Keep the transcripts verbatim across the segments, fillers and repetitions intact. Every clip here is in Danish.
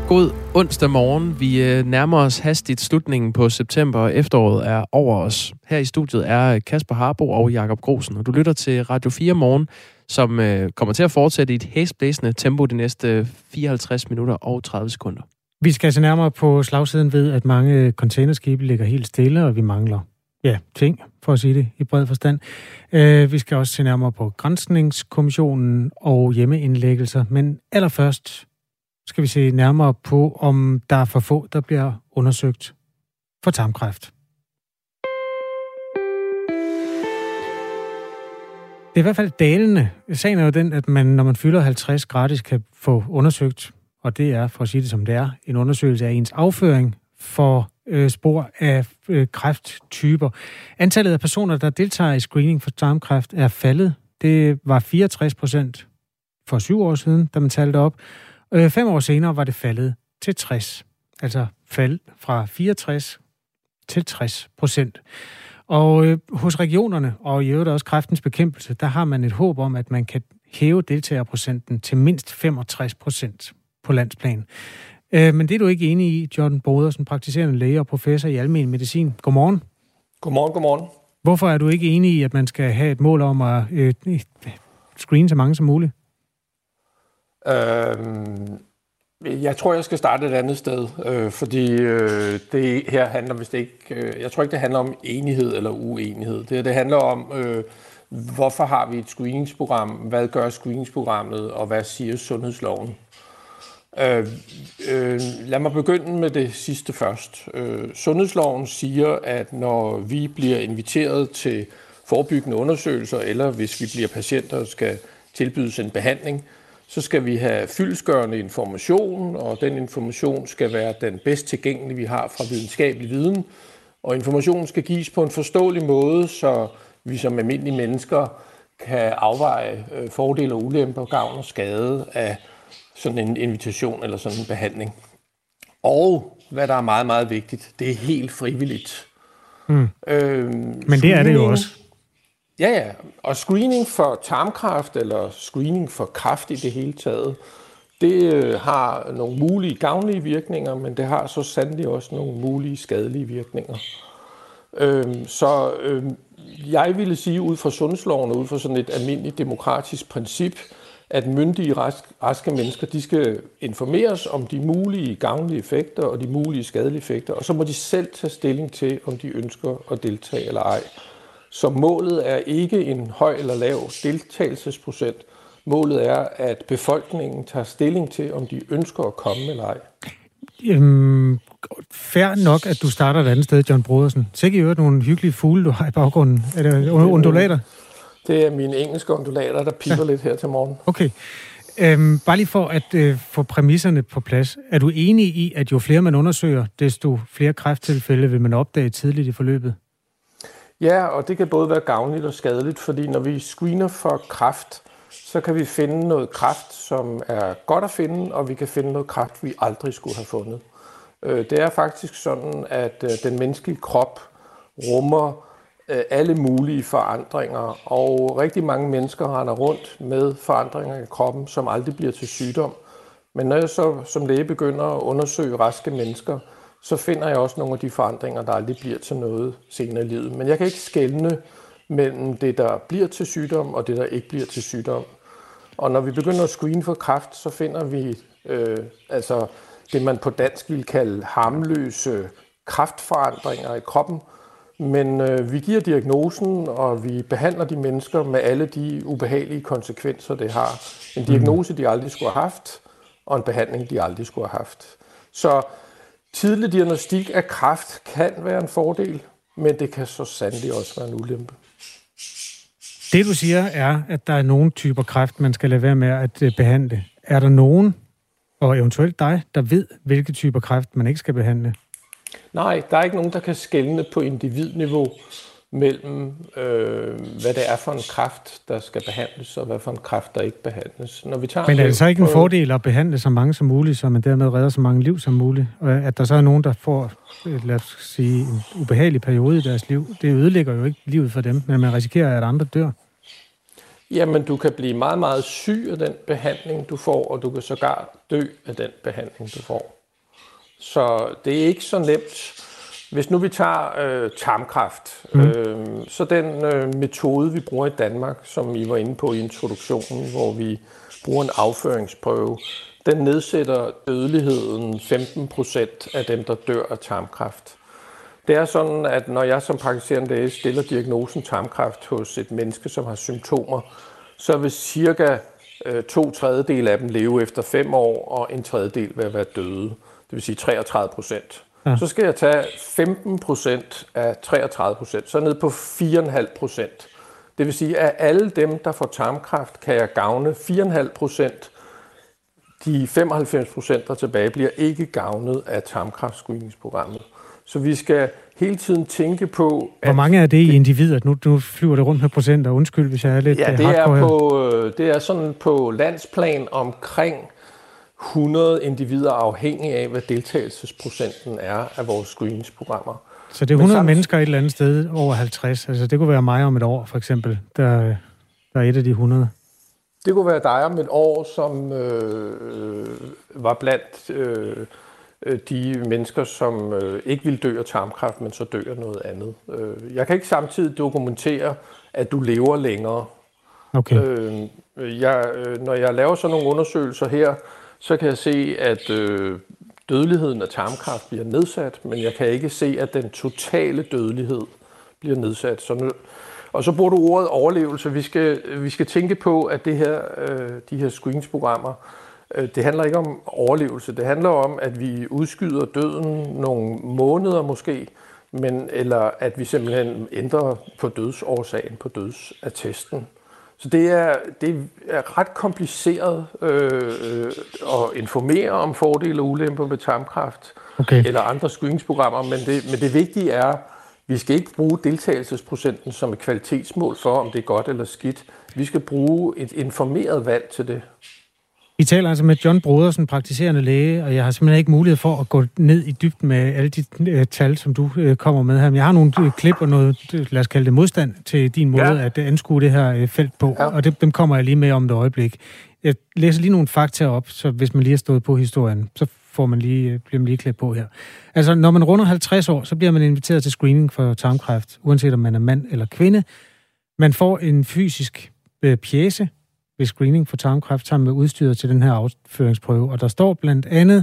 God onsdag morgen. Vi øh, nærmer os hastigt slutningen på september, og efteråret er over os. Her i studiet er Kasper Harbo og Jakob Grosen, og du lytter til Radio fire Morgen, som øh, kommer til at fortsætte i et hæsblæsende tempo de næste fireoghalvtreds minutter og tredive sekunder. Vi skal se nærmere på slagsiden ved, at mange containerskibe ligger helt stille, og vi mangler ja, ting, for at sige det i bred forstand. Øh, vi skal også se nærmere på granskningskommissionen og hjemmeindlæggelser, men allerførst skal vi se nærmere på, om der er for få, der bliver undersøgt for tarmkræft. Det er i hvert fald dalende. Sagen er jo den, at man, når man fylder halvtreds gratis, kan få undersøgt, og det er, for at sige det som det er, en undersøgelse af ens afføring for øh, spor af øh, kræfttyper. Antallet af personer, der deltager i screening for tarmkræft, er faldet. Det var fireogtres procent for syv år siden, da man talte op. Øh, fem år senere var det faldet til tres. Altså fald fra fireogtres til tres procent. Og øh, hos regionerne, og i øvrigt også Kræftens Bekæmpelse, der har man et håb om, at man kan hæve deltagerprocenten til mindst femogtres procent på landsplan. Øh, men det er du ikke enig i, John Brodersen, praktiserende læge og professor i almen medicin. Godmorgen. Godmorgen, godmorgen. Hvorfor er du ikke enig i, at man skal have et mål om at øh, screene så mange som muligt? Øhm, jeg tror, jeg skal starte et andet sted, øh, fordi øh, det her handler vist ikke... Øh, jeg tror ikke, det handler om enighed eller uenighed. Det, det handler om, øh, hvorfor har vi et screeningsprogram, hvad gør screeningsprogrammet, og hvad siger sundhedsloven? Øh, øh, lad mig begynde med det sidste først. Øh, sundhedsloven siger, at når vi bliver inviteret til forebyggende undersøgelser, eller hvis vi bliver patienter og skal tilbydes en behandling, så skal vi have fyldestgørende information, og den information skal være den bedst tilgængelige, vi har fra videnskabelig viden. Og informationen skal gives på en forståelig måde, så vi som almindelige mennesker kan afveje fordele og ulemper, gavn og skade af sådan en invitation eller sådan en behandling. Og hvad der er meget, meget vigtigt, det er helt frivilligt. Mm. Øhm, Men det er det jo også. Ja, ja. Og screening for tarmkræft, eller screening for kræft i det hele taget, det øh, har nogle mulige gavnlige virkninger, men det har så sandelig også nogle mulige skadelige virkninger. Øhm, så øhm, jeg ville sige, ud fra sundhedsloven og ud fra sådan et almindeligt demokratisk princip, at myndige, raske, raske mennesker, de skal informeres om de mulige gavnlige effekter og de mulige skadelige effekter, og så må de selv tage stilling til, om de ønsker at deltage eller ej. Så målet er ikke en høj eller lav deltagelsesprocent. Målet er, at befolkningen tager stilling til, om de ønsker at komme eller ej. Øhm, fair nok, at du starter et andet sted, John Brodersen. Sikke i øvrigt nogle hyggelige fugle, du har i baggrunden. Er det undulater? Det er mine engelske undulater, der piper lidt her til morgen. Okay. Øhm, bare lige for at øh, få præmisserne på plads. Er du enig i, at jo flere man undersøger, desto flere kræfttilfælde vil man opdage tidligt i forløbet? Ja, og det kan både være gavnligt og skadeligt, fordi når vi screener for kræft, så kan vi finde noget kræft, som er godt at finde, og vi kan finde noget kræft, vi aldrig skulle have fundet. Det er faktisk sådan, at den menneskelige krop rummer alle mulige forandringer, og rigtig mange mennesker render rundt med forandringer i kroppen, som aldrig bliver til sygdom. Men når jeg så som læge begynder at undersøge raske mennesker, så finder jeg også nogle af de forandringer, der aldrig bliver til noget senere i livet. Men jeg kan ikke skelne mellem det, der bliver til sygdom, og det, der ikke bliver til sygdom. Og når vi begynder at screene for kræft, så finder vi øh, altså det, man på dansk vil kalde harmløse kræftforandringer i kroppen. Men øh, vi giver diagnosen, og vi behandler de mennesker med alle de ubehagelige konsekvenser, det har. En diagnose, de aldrig skulle have haft, og en behandling, de aldrig skulle have haft. Så tidlig diagnostik af kræft kan være en fordel, men det kan så sandelig også være en ulempe. Det du siger er, at der er nogle typer kræft, man skal lade være med at behandle. Er der nogen, og eventuelt dig, der ved, hvilke typer kræft man ikke skal behandle? Nej, der er ikke nogen, der kan skelne på individniveau mellem, øh, hvad det er for en kræft, der skal behandles, og hvad for en kræft, der ikke behandles. Når vi tager Men er det så ikke en fordel at behandle så mange som muligt, så man dermed redder så mange liv som muligt? Og at der så er nogen, der får, lad os sige, en ubehagelig periode i deres liv, det ødelægger jo ikke livet for dem, men man risikerer, at andre dør. Jamen, du kan blive meget, meget syg af den behandling, du får, og du kan sågar dø af den behandling, du får. Så det er ikke så nemt. Hvis nu vi tager øh, tarmkræft, mm. øh, så den øh, metode, vi bruger i Danmark, som I var inde på i introduktionen, hvor vi bruger en afføringsprøve, den nedsætter dødeligheden femten procent af dem, der dør af tarmkræft. Det er sådan, at når jeg som praktiserende læge stiller diagnosen tarmkræft hos et menneske, som har symptomer, så vil cirka øh, to tredjedel af dem leve efter fem år, og en tredjedel vil være døde. Det vil sige treogtredive procent. Ja. Så skal jeg tage femten procent af treogtredive procent, så ned på fire komma fem procent. Det vil sige, at alle dem, der får tarmkræft, kan jeg gavne fire komma fem procent. De femoghalvfems procent, der tilbage, bliver ikke gavnet af tarmkræftscreeningsprogrammet. Så vi skal hele tiden tænke på... Hvor mange er det i individer? Nu, nu flyver det rundt med procenter. Undskyld, hvis jeg er lidt ja, det er på, det er sådan på landsplan omkring hundrede individer, afhængig af, hvad deltagelsesprocenten er af vores screeningsprogrammer. Så det er hundrede samt... mennesker et eller andet sted over halvtreds. Altså det kunne være mig om et år, for eksempel, der, der er et af de hundrede. Det kunne være dig om et år, som øh, var blandt øh, de mennesker, som øh, ikke ville dø af tarmkræft, men så dør af noget andet. Øh, jeg kan ikke samtidig dokumentere, at du lever længere. Okay. Øh, jeg, øh, når jeg laver sådan nogle undersøgelser her, så kan jeg se, at øh, dødeligheden af tarmkræft bliver nedsat, men jeg kan ikke se, at den totale dødelighed bliver nedsat. Så nu, og så bruger du ordet overlevelse. Vi skal, vi skal tænke på, at det her, øh, de her screeningsprogrammer, øh, det handler ikke om overlevelse. Det handler om, at vi udskyder døden nogle måneder måske, men, eller at vi simpelthen ændrer på dødsårsagen på dødsattesten. Så det er, det er ret kompliceret øh, at informere om fordele og ulemper ved tarmkræft okay. eller andre screeningsprogrammer, men det, men det vigtige er, vi skal ikke bruge deltagelsesprocenten som et kvalitetsmål for, om det er godt eller skidt. Vi skal bruge et informeret valg til det. Vi taler altså med John Brodersen, praktiserende læge, og jeg har simpelthen ikke mulighed for at gå ned i dybden med alle de uh, tal, som du uh, kommer med her. Men jeg har nogle uh, klip og noget, lad os kalde det modstand til din måde ja. at uh, anskue det her uh, felt på, ja. og det, dem kommer jeg lige med om et øjeblik. Jeg læser lige nogle fakta op, så hvis man lige har stået på historien, så får man lige, uh, bliver man lige klædt på her. Altså, når man runder halvtreds år, så bliver man inviteret til screening for tarmkræft, uanset om man er mand eller kvinde. Man får en fysisk uh, pjece ved screening for tarmkræft sammen med udstyret til den her afføringsprøve. Og der står blandt andet,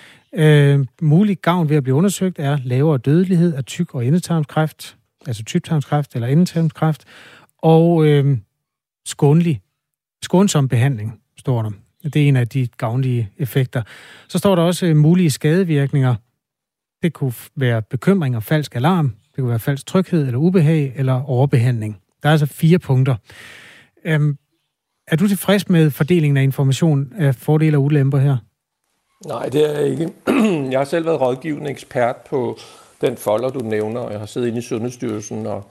øh, mulig gavn ved at blive undersøgt er lavere dødelighed af tyk- og endetarmskræft, altså tyktarmskræft eller endetarmskræft, og øh, skånelig, skånsom behandling, står der. Det er en af de gavnlige effekter. Så står der også øh, mulige skadevirkninger. Det kunne være bekymring og falsk alarm, det kunne være falsk tryghed eller ubehag eller overbehandling. Der er altså fire punkter. Øh, Er du tilfreds med fordelingen af information af fordele og ulemper her? Nej, det er jeg ikke. Jeg har selv været rådgivende ekspert på den folder, du nævner, og jeg har siddet inde i Sundhedsstyrelsen, og,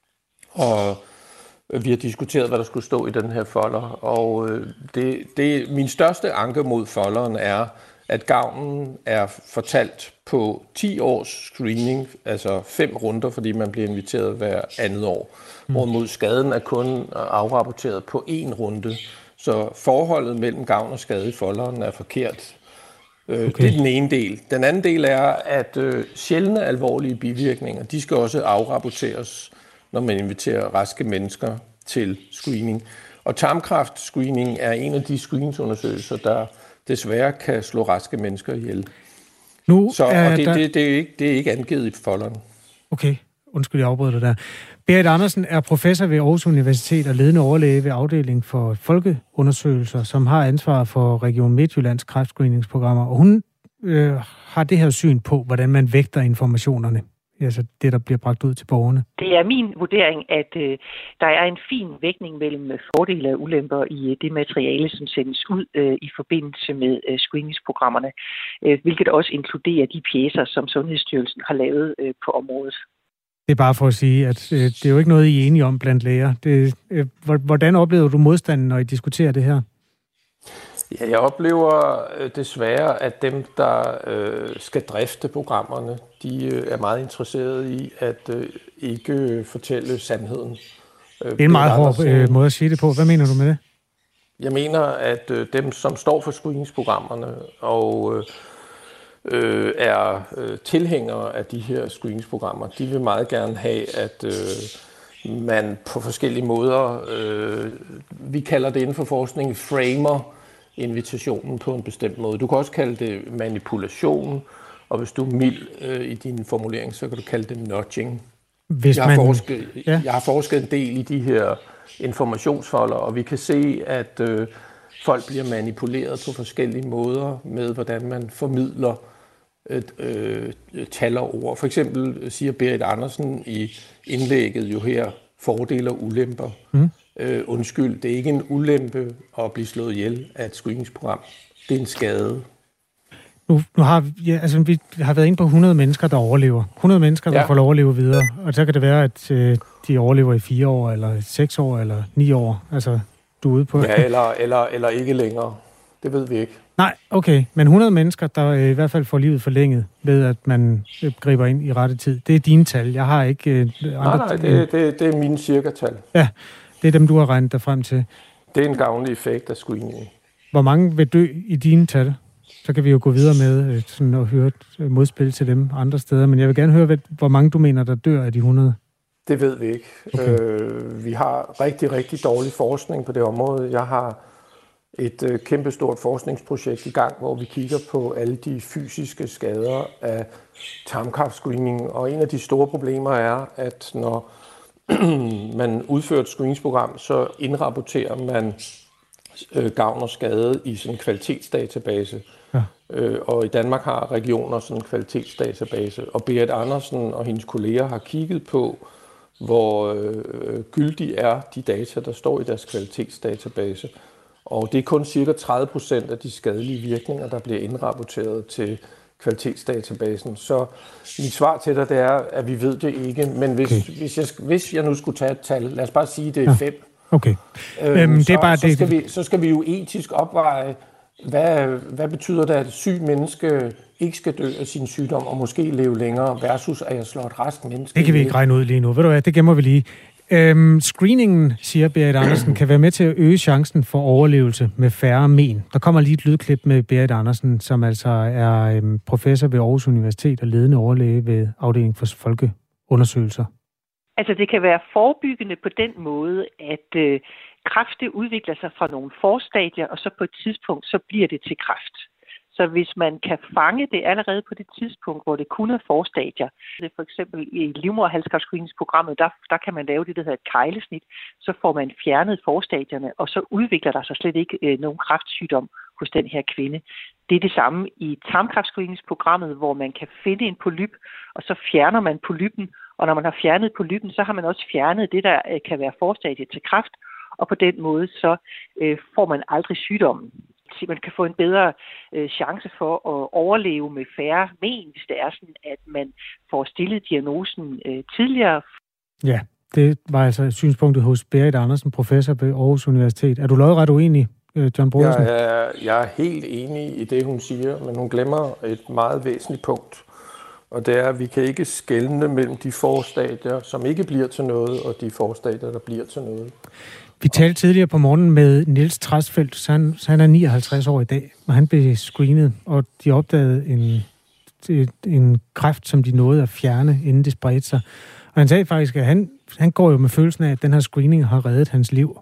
og vi har diskuteret, hvad der skulle stå i den her folder. Og det, det, min største anke mod folderen er, at gavnen er fortalt på ti års screening, altså fem runder, fordi man bliver inviteret hver andet år. Hvorimod skaden er kun afrapporteret på én runde. Så forholdet mellem gavn og skade i folderen er forkert. Okay. Det er den ene del. Den anden del er, at øh, sjældne alvorlige bivirkninger, de skal også afrapporteres, når man inviterer raske mennesker til screening. Og tarmkræft-screening er en af de screeningsundersøgelser, der desværre kan slå raske mennesker ihjel. Nu Så, og det, der... det, det, er ikke, det er ikke angivet i folderen. Okay, undskyld, jeg afbryder dig der. Berit Andersen er professor ved Aarhus Universitet og ledende overlæge ved afdeling for folkeundersøgelser, som har ansvar for Region Midtjyllands kræftscreeningsprogrammer. Og hun øh, har det her syn på, hvordan man vægter informationerne, altså det, der bliver bragt ud til borgerne. Det er min vurdering, at øh, der er en fin vægtning mellem fordele og ulemper i øh, det materiale, som sendes ud øh, i forbindelse med øh, screeningsprogrammerne, øh, hvilket også inkluderer de pjecer, som Sundhedsstyrelsen har lavet øh, på området. Det er bare for at sige, at øh, det er jo ikke noget, I er enige om blandt læger. Det, øh, hvordan oplever du modstanden, når I diskuterer det her? Ja, jeg oplever øh, desværre, at dem, der øh, skal drifte programmerne, de øh, er meget interesserede i at øh, ikke øh, fortælle sandheden. Øh, det er en meget hård øh, måde at sige det på. Hvad mener du med det? Jeg mener, at øh, dem, som står for screeningsprogrammerne og... Øh, øh, er øh, tilhængere af de her screeningsprogrammer, de vil meget gerne have, at øh, man på forskellige måder, øh, vi kalder det inden for forskning, framer invitationen på en bestemt måde. Du kan også kalde det manipulation, og hvis du er mild øh, i din formulering, så kan du kalde det nudging. Hvis jeg, har man... forsket, ja. jeg har forsket en del i de her informationsfolder, og vi kan se, at øh, folk bliver manipuleret på forskellige måder med, hvordan man formidler et, øh, tal og ord. For eksempel siger Berit Andersen i indlægget jo her, fordele og ulemper. Mm. Øh, undskyld, det er ikke en ulempe at blive slået ihjel af et screeningsprogram. Det er en skade. Nu, nu har vi, ja, altså, vi har været inde på hundrede mennesker, der overlever. hundrede mennesker, der ja. får lov at leve videre. Og så kan det være, at øh, de overlever i fire år, eller seks år, eller ni år. Altså, du er ude på... Ja, eller, eller, eller ikke længere. Det ved vi ikke. Nej, okay. Men hundrede mennesker, der øh, i hvert fald får livet forlænget ved, at man øh, griber ind i rette tid. Det er dine tal. Jeg har ikke øh, andre... Nej, nej, det, det, det er mine cirka-tal. Ja, det er dem, du har regnet dig frem til. Det er en gavnlig effekt af screening. Hvor mange vil dø i dine tal? Så kan vi jo gå videre med sådan at høre et modspil til dem andre steder. Men jeg vil gerne høre, hvor mange du mener, der dør af de hundrede. Det ved vi ikke. Okay. Øh, vi har rigtig, rigtig dårlig forskning på det område. Jeg har et øh, kæmpestort forskningsprojekt i gang, hvor vi kigger på alle de fysiske skader af tarmkræftscreening. Og en af de store problemer er, at når man udfører et screeningsprogram, så indrapporterer man øh, gavn og skade i sådan en kvalitetsdatabase. Ja. Øh, og i Danmark har regioner sådan en kvalitetsdatabase. Og Berit Andersen og hendes kolleger har kigget på, hvor øh, gyldige er de data, der står i deres kvalitetsdatabase. Og det er kun cirka tredive procent af de skadelige virkninger, der bliver indrapporteret til kvalitetsdatabasen. Så mit svar til dig, det er, at vi ved det ikke. Men hvis, okay. hvis, jeg, hvis jeg nu skulle tage et tal, lad os bare sige, det er ja. fem. Okay. Øhm, øhm, det er bare så, det. Skal vi, så skal vi jo etisk opveje, hvad, hvad betyder det, at et sygt menneske ikke skal dø af sin sygdom, og måske leve længere, versus at jeg slår et rask menneske. Det kan vi ikke regne ud lige nu. Ved du hvad, det gemmer vi lige. Øhm, screeningen, siger Berit Andersen, kan være med til at øge chancen for overlevelse med færre men. Der kommer lige et lydklip med Berit Andersen, som altså er øhm, professor ved Aarhus Universitet og ledende overlæge ved afdelingen for folkeundersøgelser. Altså det kan være forebyggende på den måde, at øh, kræft udvikler sig fra nogle forstadier, og så på et tidspunkt, så bliver det til kræft. Så hvis man kan fange det allerede på det tidspunkt, hvor det kun er forstadier, det for eksempel i livmoderhalskræftscreeningsprogrammet, der, der kan man lave det, der hedder et keglesnit, så får man fjernet forstadierne, og så udvikler der sig slet ikke øh, nogen kræftsygdom hos den her kvinde. Det er det samme i tarmkræftscreeningsprogrammet, hvor man kan finde en polyp, og så fjerner man polyppen, og når man har fjernet polyppen, så har man også fjernet det, der øh, kan være forstadiet til kræft, og på den måde så øh, får man aldrig sygdommen. Man kan få en bedre øh, chance for at overleve med færre men, hvis det er sådan, at man får stillet diagnosen øh, tidligere. Ja, det var altså synspunktet hos Berit Andersen, professor ved Aarhus Universitet. Er du lodret uenig, øh, John Brodersen? Jeg er, jeg er helt enig i det, hun siger, men hun glemmer et meget væsentligt punkt. Og det er, at vi kan ikke skelne mellem de forstadier, som ikke bliver til noget, og de forstadier, der bliver til noget. Vi talte tidligere på morgenen med Niels Træsfeldt, så han, så han er nioghalvtreds år i dag, og han blev screenet, og de opdagede en, en kræft, som de nåede at fjerne, inden det spredte sig. Og han sagde faktisk, at han, han går jo med følelsen af, at den her screening har reddet hans liv.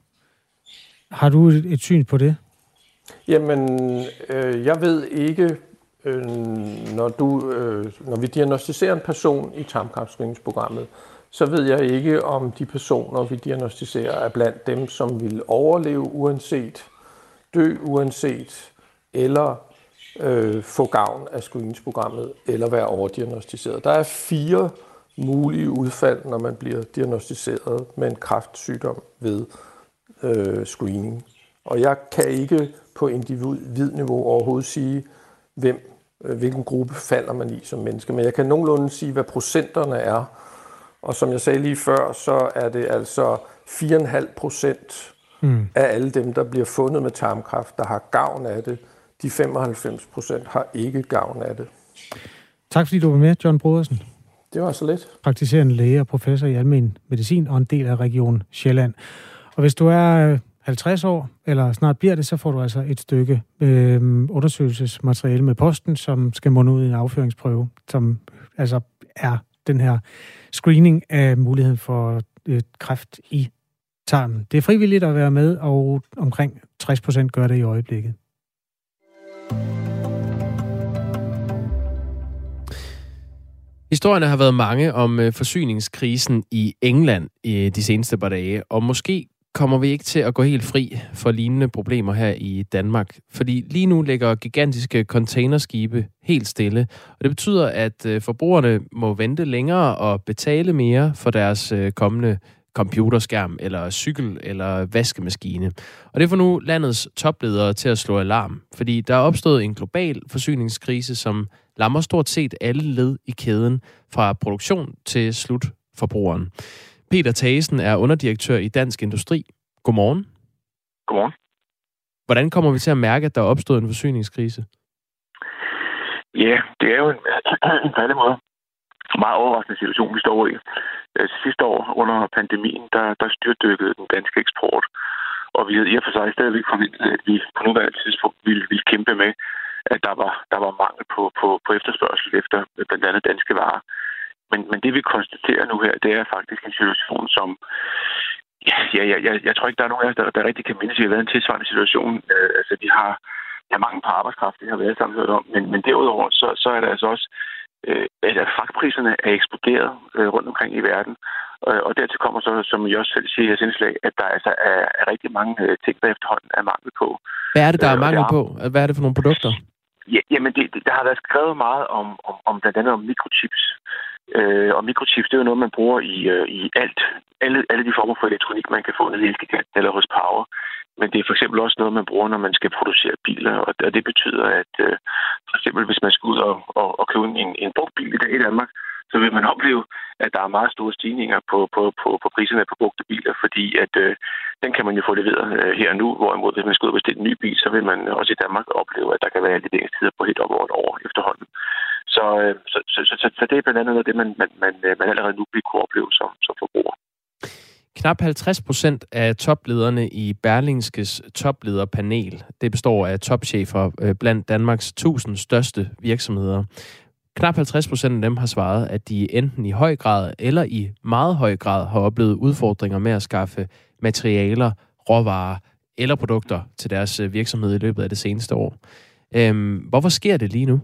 Har du et, et syn på det? Jamen, øh, jeg ved ikke, øh, når, du, øh, når vi diagnostiserer en person i tarmkræftscreeningsprogrammet, så ved jeg ikke, om de personer, vi diagnostiserer, er blandt dem, som vil overleve uanset, dø uanset, eller øh, få gavn af screeningsprogrammet, eller være overdiagnostiseret. Der er fire mulige udfald, når man bliver diagnostiseret med en kræftsygdom ved øh, screening. Og jeg kan ikke på individniveau overhovedet sige, hvem, øh, hvilken gruppe falder man i som menneske, men jeg kan nogenlunde sige, hvad procenterne er. Og som jeg sagde lige før, så er det altså fire komma fem procent mm. af alle dem, der bliver fundet med tarmkræft, der har gavn af det. De femoghalvfems procent har ikke gavn af det. Tak fordi du var med, John Brodersen. Det var så lidt. Praktiserende læge og professor i almen medicin og en del af Region Sjælland. Og hvis du er halvtreds år, eller snart bliver det, så får du altså et stykke øh, undersøgelsesmateriale med posten, som skal munde ud i en afføringsprøve, som altså er den her screening af muligheden for øh, kræft i tarmen. Det er frivilligt at være med, og omkring tres procent gør det i øjeblikket. Historierne har været mange om forsyningskrisen i England i de seneste par dage, og måske kommer vi ikke til at gå helt fri for lignende problemer her i Danmark. Fordi lige nu ligger gigantiske containerskibe helt stille, og det betyder, at forbrugerne må vente længere og betale mere for deres kommende computerskærm, eller cykel, eller vaskemaskine. Og det får nu landets topledere til at slå alarm, fordi der er opstået en global forsyningskrise, som lammer stort set alle led i kæden, fra produktion til slutforbrugeren. Peter Thagesen er underdirektør i Dansk Industri. Godmorgen. Godmorgen. Hvordan kommer vi til at mærke, at der er opstået en forsyningskrise? Ja, det er jo en, en færdig måde. Meget overraskende situation, vi står i. Sidste år under pandemien, der, der styrtdykkede den danske eksport, og vi havde i og for sig stadigvæk forventet, at vi på nuværende tidspunkt ville, ville kæmpe med, at der var, der var mangel på, på, på efterspørgsel efter blandt andet danske varer. Men, men det vi konstaterer nu her, det er faktisk en situation, som ja, ja, ja, jeg, jeg tror ikke, der er nogen af os, der, der rigtig kan mindes, at vi har været i en tilsvarende situation. Uh, altså, vi har, der er mangel på arbejdskraft, det har vi alle sammen hørt om, men, men derudover, så, så er der altså også at fragtpriserne er eksploderet øh, rundt omkring i verden. Øh, og dertil kommer så, som I også selv siger i jeres indslag, at der altså er, er rigtig mange øh, ting, der efterhånden er mangel på. Hvad er det, der er mangel på? Hvad er det for nogle produkter? Ja, jamen, det, det, der har været skrevet meget om, om, om blandt andet om mikrochips. Øh, og mikrochips, det er jo noget, man bruger i, øh, i alt. Alle, alle de former for elektronik, man kan få nede i Elgiganten eller hos Power. Men det er for eksempel også noget, man bruger, når man skal producere biler. Og det betyder, at øh, for eksempel, hvis man skal ud og, og, og købe en, en brugt bil i dag i Danmark, så vil man opleve, at der er meget store stigninger på, på, på, på priserne på brugte biler, fordi at øh, den kan man jo få leveret øh, her og nu, hvorimod hvis man skal ud og bestille en ny bil, så vil man også i Danmark opleve, at der kan være leveringstider på helt op over et år efterhånden. Så, øh, så, så, så, så, så det er blandt andet noget af det, man, man, man, man allerede nu vil kunne opleve som, som forbruger. Knap halvtreds procent af toplederne i Berlingskes toplederpanel, det består af topchefer blandt Danmarks tusind største virksomheder. Knap halvtreds procent af dem har svaret, at de enten i høj grad eller i meget høj grad har oplevet udfordringer med at skaffe materialer, råvarer eller produkter til deres virksomhed i løbet af det seneste år. Øhm, hvorfor sker det lige nu?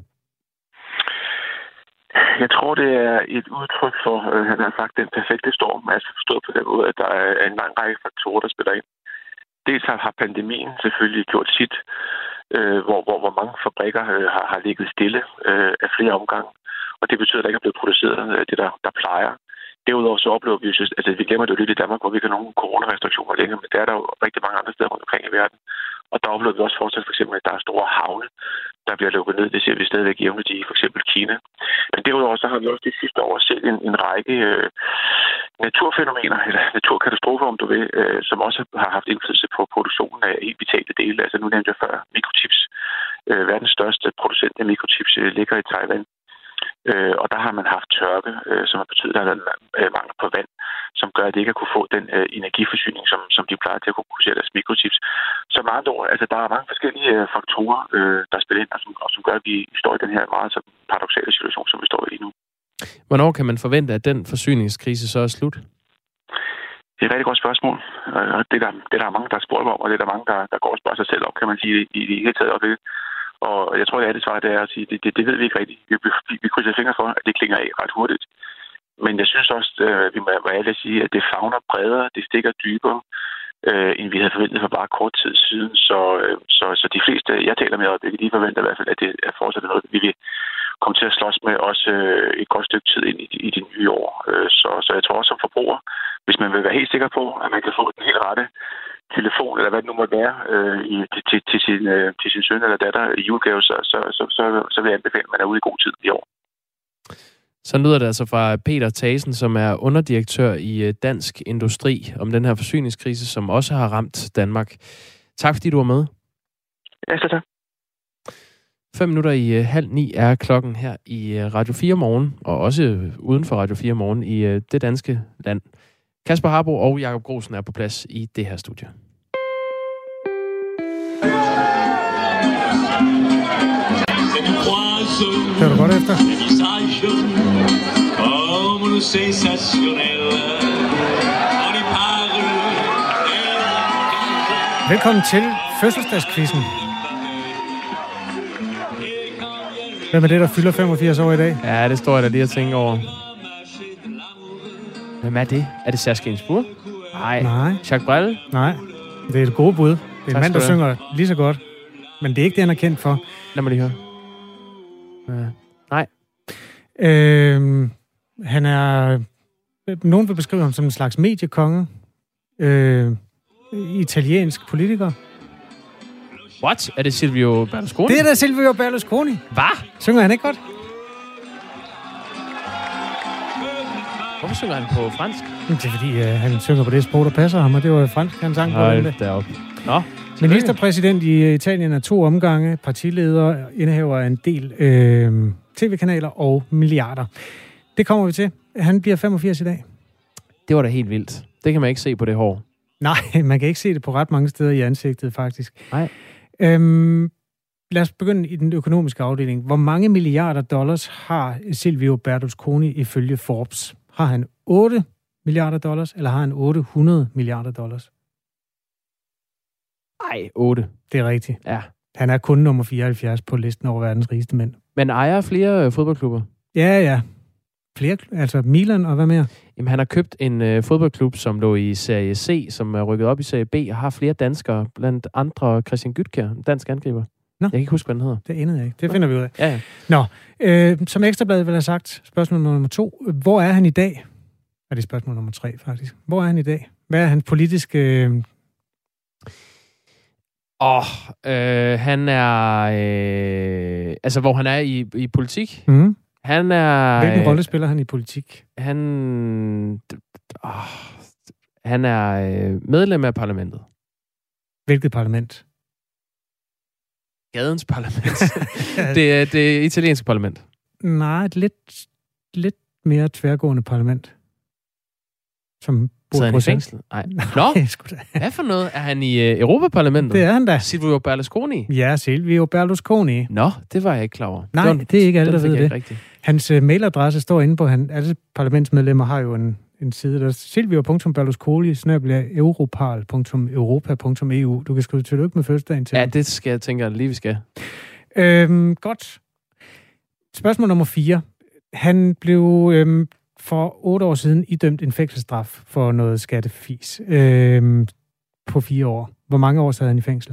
Jeg tror, det er et udtryk for, øh, han har sagt, den perfekte storm. Altså forstået på den måde, at der er en lang række faktorer, der spiller ind. Dels har pandemien selvfølgelig gjort sit, øh, hvor, hvor, hvor mange fabrikker øh, har, har ligget stille øh, af flere omgange. Og det betyder, at der ikke er blevet produceret øh, det, der, der plejer. Derudover så oplever vi jo, altså vi glemmer det jo lidt i Danmark, hvor vi ikke har nogen coronarestriktioner længere, men der er der jo rigtig mange andre steder rundt omkring i verden. Og der oplever vi også fortsat for eksempel, at der er store havne, der bliver lukket ned. Det ser vi stadigvæk jævnligt i for eksempel Kina. Men derudover så har vi også de sidste år set en, en række øh, naturfænomener, eller naturkatastrofer, om du vil, øh, som også har haft indflydelse på produktionen af helt vitale dele. Altså nu nævnte jeg før mikrochips. Øh, verdens største producent af mikrochips øh, ligger i Taiwan. Øh, og der har man haft tørke, øh, som har betydet, at der er øh, mangel på vand, som gør, at de ikke har kunne få den øh, energiforsyning, som, som de plejer til at kunne producere deres mikrochips. Så meget ord, altså der er mange forskellige øh, faktorer, øh, der spiller ind, og som, og som gør, at vi står i den her meget så paradoksale situation, som vi står i nu. Hvornår kan man forvente, at den forsyningskrise så er slut? Det er et rigtig godt spørgsmål. Og det, der, det der er mange, der har spurgt om, og det er der mange, der, der går og spørger sig selv om, kan man sige, i det hele taget op det. Og jeg tror, at det svar det er at sige, det, det, det ved vi ikke rigtigt. Vi, vi, vi krydser fingre for, at det klinger af ret hurtigt. Men jeg synes også, at vi må være ærlige at sige, at det favner bredere, det stikker dybere, øh, end vi havde forventet for bare kort tid siden. Så, øh, så, så de fleste, jeg taler med, og de forventer i hvert fald, at det er fortsat noget, vi vil komme til at slås med også øh, et godt stykke tid ind i, i det nye år. Øh, så, så jeg tror også som forbruger, hvis man vil være helt sikker på, at man kan få den helt rette telefon, eller hvad det nu måtte være, øh, i, til, til, til, sin, øh, til sin søn eller datter i julegave, så, så, så, så, så vil jeg anbefale, at man er ude i god tid i år. Så lyder det altså fra Peter Thagesen, som er underdirektør i Dansk Industri, om den her forsyningskrise, som også har ramt Danmark. Tak fordi du var med. Ja, så tak. Fem minutter i halv ni er klokken her i Radio fire Morgen, og også uden for Radio fire Morgen i det danske land. Kasper Harbo og Jakob Grosen er på plads i det her studie. Det var du godt efter. Velkommen til fødselsdagskvisten. Hvem er det, der fylder femogfirs år i dag? Ja, det står jeg da lige at tænke over. Hvem er det? Er det Serge Gainsbourg? Nej. Nej. Jacques Brel? Nej. Det er et gode bud. Det er en mand, der skal du synger lige så godt. Men det er ikke det, han er kendt for. Lad mig lige høre. Øh, nej. Øhm, han er... Nogen vil beskrive ham som en slags mediekonge. Øh, italiensk politiker. What? Er det Silvio Berlusconi? Det er da Silvio Berlusconi. Hvad? Synger han ikke godt? Hvorfor synger han på fransk? Det er fordi, øh, han synger på det sprog, der passer ham, og det var fransk, han sang på den der. Derop. Nå. Ministerpræsident i Italien er to omgange, partileder, indehaver af en del øh, tv-kanaler og milliarder. Det kommer vi til. Han bliver femogfirs i dag. Det var da helt vildt. Det kan man ikke se på det hår. Nej, man kan ikke se det på ret mange steder i ansigtet, faktisk. Nej. Øhm, lad os begynde i den økonomiske afdeling. Hvor mange milliarder dollars har Silvio Berlusconi ifølge Forbes? Har han otte milliarder dollars, eller har han otte hundrede milliarder dollars? Ej, otte. Det er rigtigt. Ja. Han er kun nummer fireoghalvfjerds på listen over verdens rigeste mænd. Men ejer flere øh, fodboldklubber? Ja, ja. Flere, altså Milan og hvad mere? Jamen, han har købt en øh, fodboldklub, som lå i Serie C, som er rykket op i Serie B, og har flere danskere, blandt andre Christian Gytkjær, dansk angriber. Nå. Jeg kan ikke huske, hvad den hedder. Det endede jeg ikke. Det finder vi ud af. Ja, ja. Nå, øh, som Ekstrabladet vil have sagt, spørgsmål nummer to. Hvor er han i dag? Er det spørgsmål nummer tre, faktisk. Hvor er han i dag? Hvad er hans politiske... Øh... Åh, oh, øh, han er... Øh, altså, hvor han er i, i politik. Mm. Han er... Hvilken rolle spiller han i politik? Han... Oh, han er øh, medlem af parlamentet. Hvilket parlament? Gadens parlament. det er det italienske parlament. Nej, et lidt, lidt mere tværgående parlament. Som sidder han i fængsel? Nej. Nå, hvad for noget? Er han i uh, Europaparlamentet? Det er han da. Silvio Berlusconi? Ja, Silvio Berlusconi. Nå, det var jeg ikke klar over. Nej, det, var, det er ikke alle, der ved det. Rigtigt. Hans uh, mailadresse står inde på, han, alle parlamentsmedlemmer har jo en, en side, der er silvio punktum berlusconi snabel-a europal punktum europa punktum e u. Du kan skrive tillykke med fødselsdagen til. Ja, det skal jeg tænke, at lige vi skal. Øhm, godt. Spørgsmål nummer fire. Han blev... Øhm, for otte år siden idømt en fængselsstraf for noget skattefis øh, på fire år. Hvor mange år sad han i fængsel?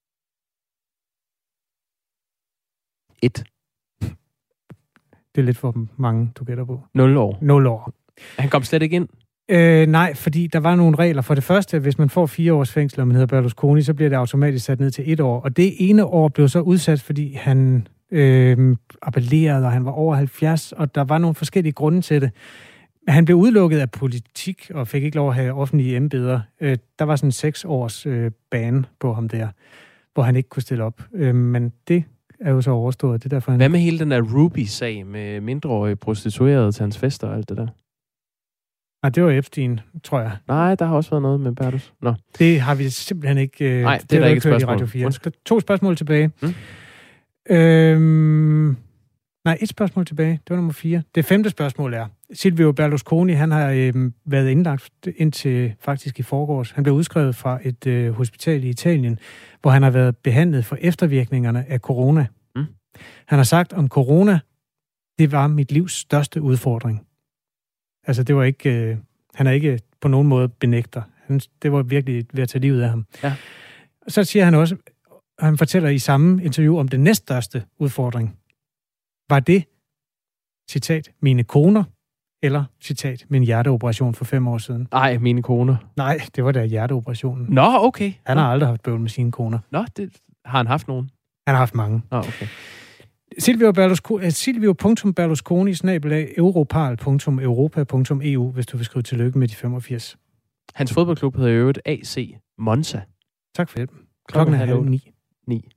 Et. Det er lidt for mange, du gætter på. Nul år. Nul år. Han kom slet ikke ind? Øh, nej, fordi der var nogle regler. For det første, hvis man får fire års fængsel, og man hedder Berlusconi, så bliver det automatisk sat ned til et år. Og det ene år blev så udsat, fordi han... Øh, appellerede, og han var over halvfjerds, og der var nogle forskellige grunde til det. Han blev udelukket af politik, og fik ikke lov at have offentlige embeder. Øh, der var sådan en seks års øh, bane på ham der, hvor han ikke kunne stille op. Øh, men det er jo så overstået. Det er derfor, han... Hvad med hele den der Ruby-sag med mindreårige prostituerede til hans fester og alt det der? Nej, det var Epstein, tror jeg. Nej, der har også været noget med Bertus. Nå. Det har vi simpelthen ikke... Øh, Nej, det, det er der ikke et spørgsmål. Radio fire. To spørgsmål tilbage. Mm. Øhm, nej, et spørgsmål tilbage. Det var nummer fire. Det femte spørgsmål er, Silvio Berlusconi, han har øhm, været indlagt indtil faktisk i forgårs. Han blev udskrevet fra et øh, hospital i Italien, hvor han har været behandlet for eftervirkningerne af corona. Mm. Han har sagt om corona, det var mit livs største udfordring. Altså, det var ikke... Øh, han er ikke på nogen måde benægter. Han, det var virkelig ved at tage livet af ham. Ja. Så siger han også... Han fortæller i samme interview om den næststørste udfordring. Var det, citat, mine koner, eller, citat, min hjerteoperation for fem år siden? Nej, mine koner. Nej, det var da hjerteoperationen. Nå, okay. Han har aldrig haft bøvl med sine koner. Nå, det har han haft nogen? Han har haft mange. Nå, okay. Silvio Berlusconi, silvio punktum berlusconi snabel-a europal punktum europa punktum e u, hvis du vil skrive tillykke med de femogfirs. Hans fodboldklub hedder i øvrigt A C Monza. Tak for hjælpen. Klokken er halv ni. ni.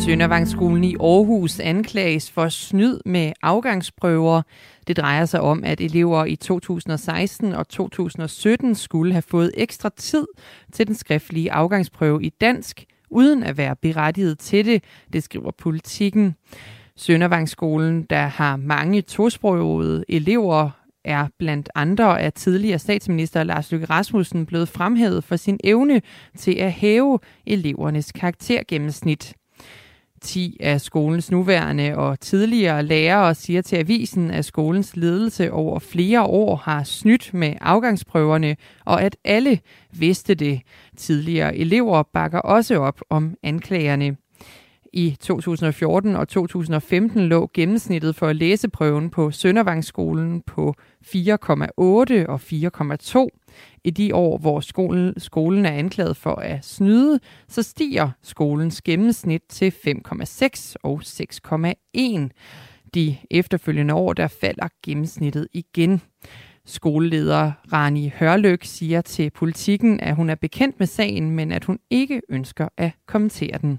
Søndervangsskolen i Aarhus anklages for snyd med afgangsprøver. Det drejer sig om, at elever i to tusind og seksten og to tusind og sytten skulle have fået ekstra tid til den skriftlige afgangsprøve i dansk, uden at være berettiget til det, det skriver Politikken. Søndervangsskolen, der har mange tosprogede elever, er blandt andre af tidligere statsminister Lars Løkke Rasmussen blevet fremhævet for sin evne til at hæve elevernes karaktergennemsnit. ti af skolens nuværende og tidligere lærere siger til avisen, at skolens ledelse over flere år har snydt med afgangsprøverne, og at alle vidste det. Tidligere elever bakker også op om anklagerne. I to tusind og fjorten og to tusind og femten lå gennemsnittet for læseprøven på Søndervangsskolen på fire komma otte og fire komma to. I de år, hvor skolen, skolen er anklaget for at snyde, så stiger skolens gennemsnit til fem komma seks og seks komma en. De efterfølgende år, der falder gennemsnittet igen. Skoleleder Rani Hørlyk siger til Politikken, at hun er bekendt med sagen, men at hun ikke ønsker at kommentere den.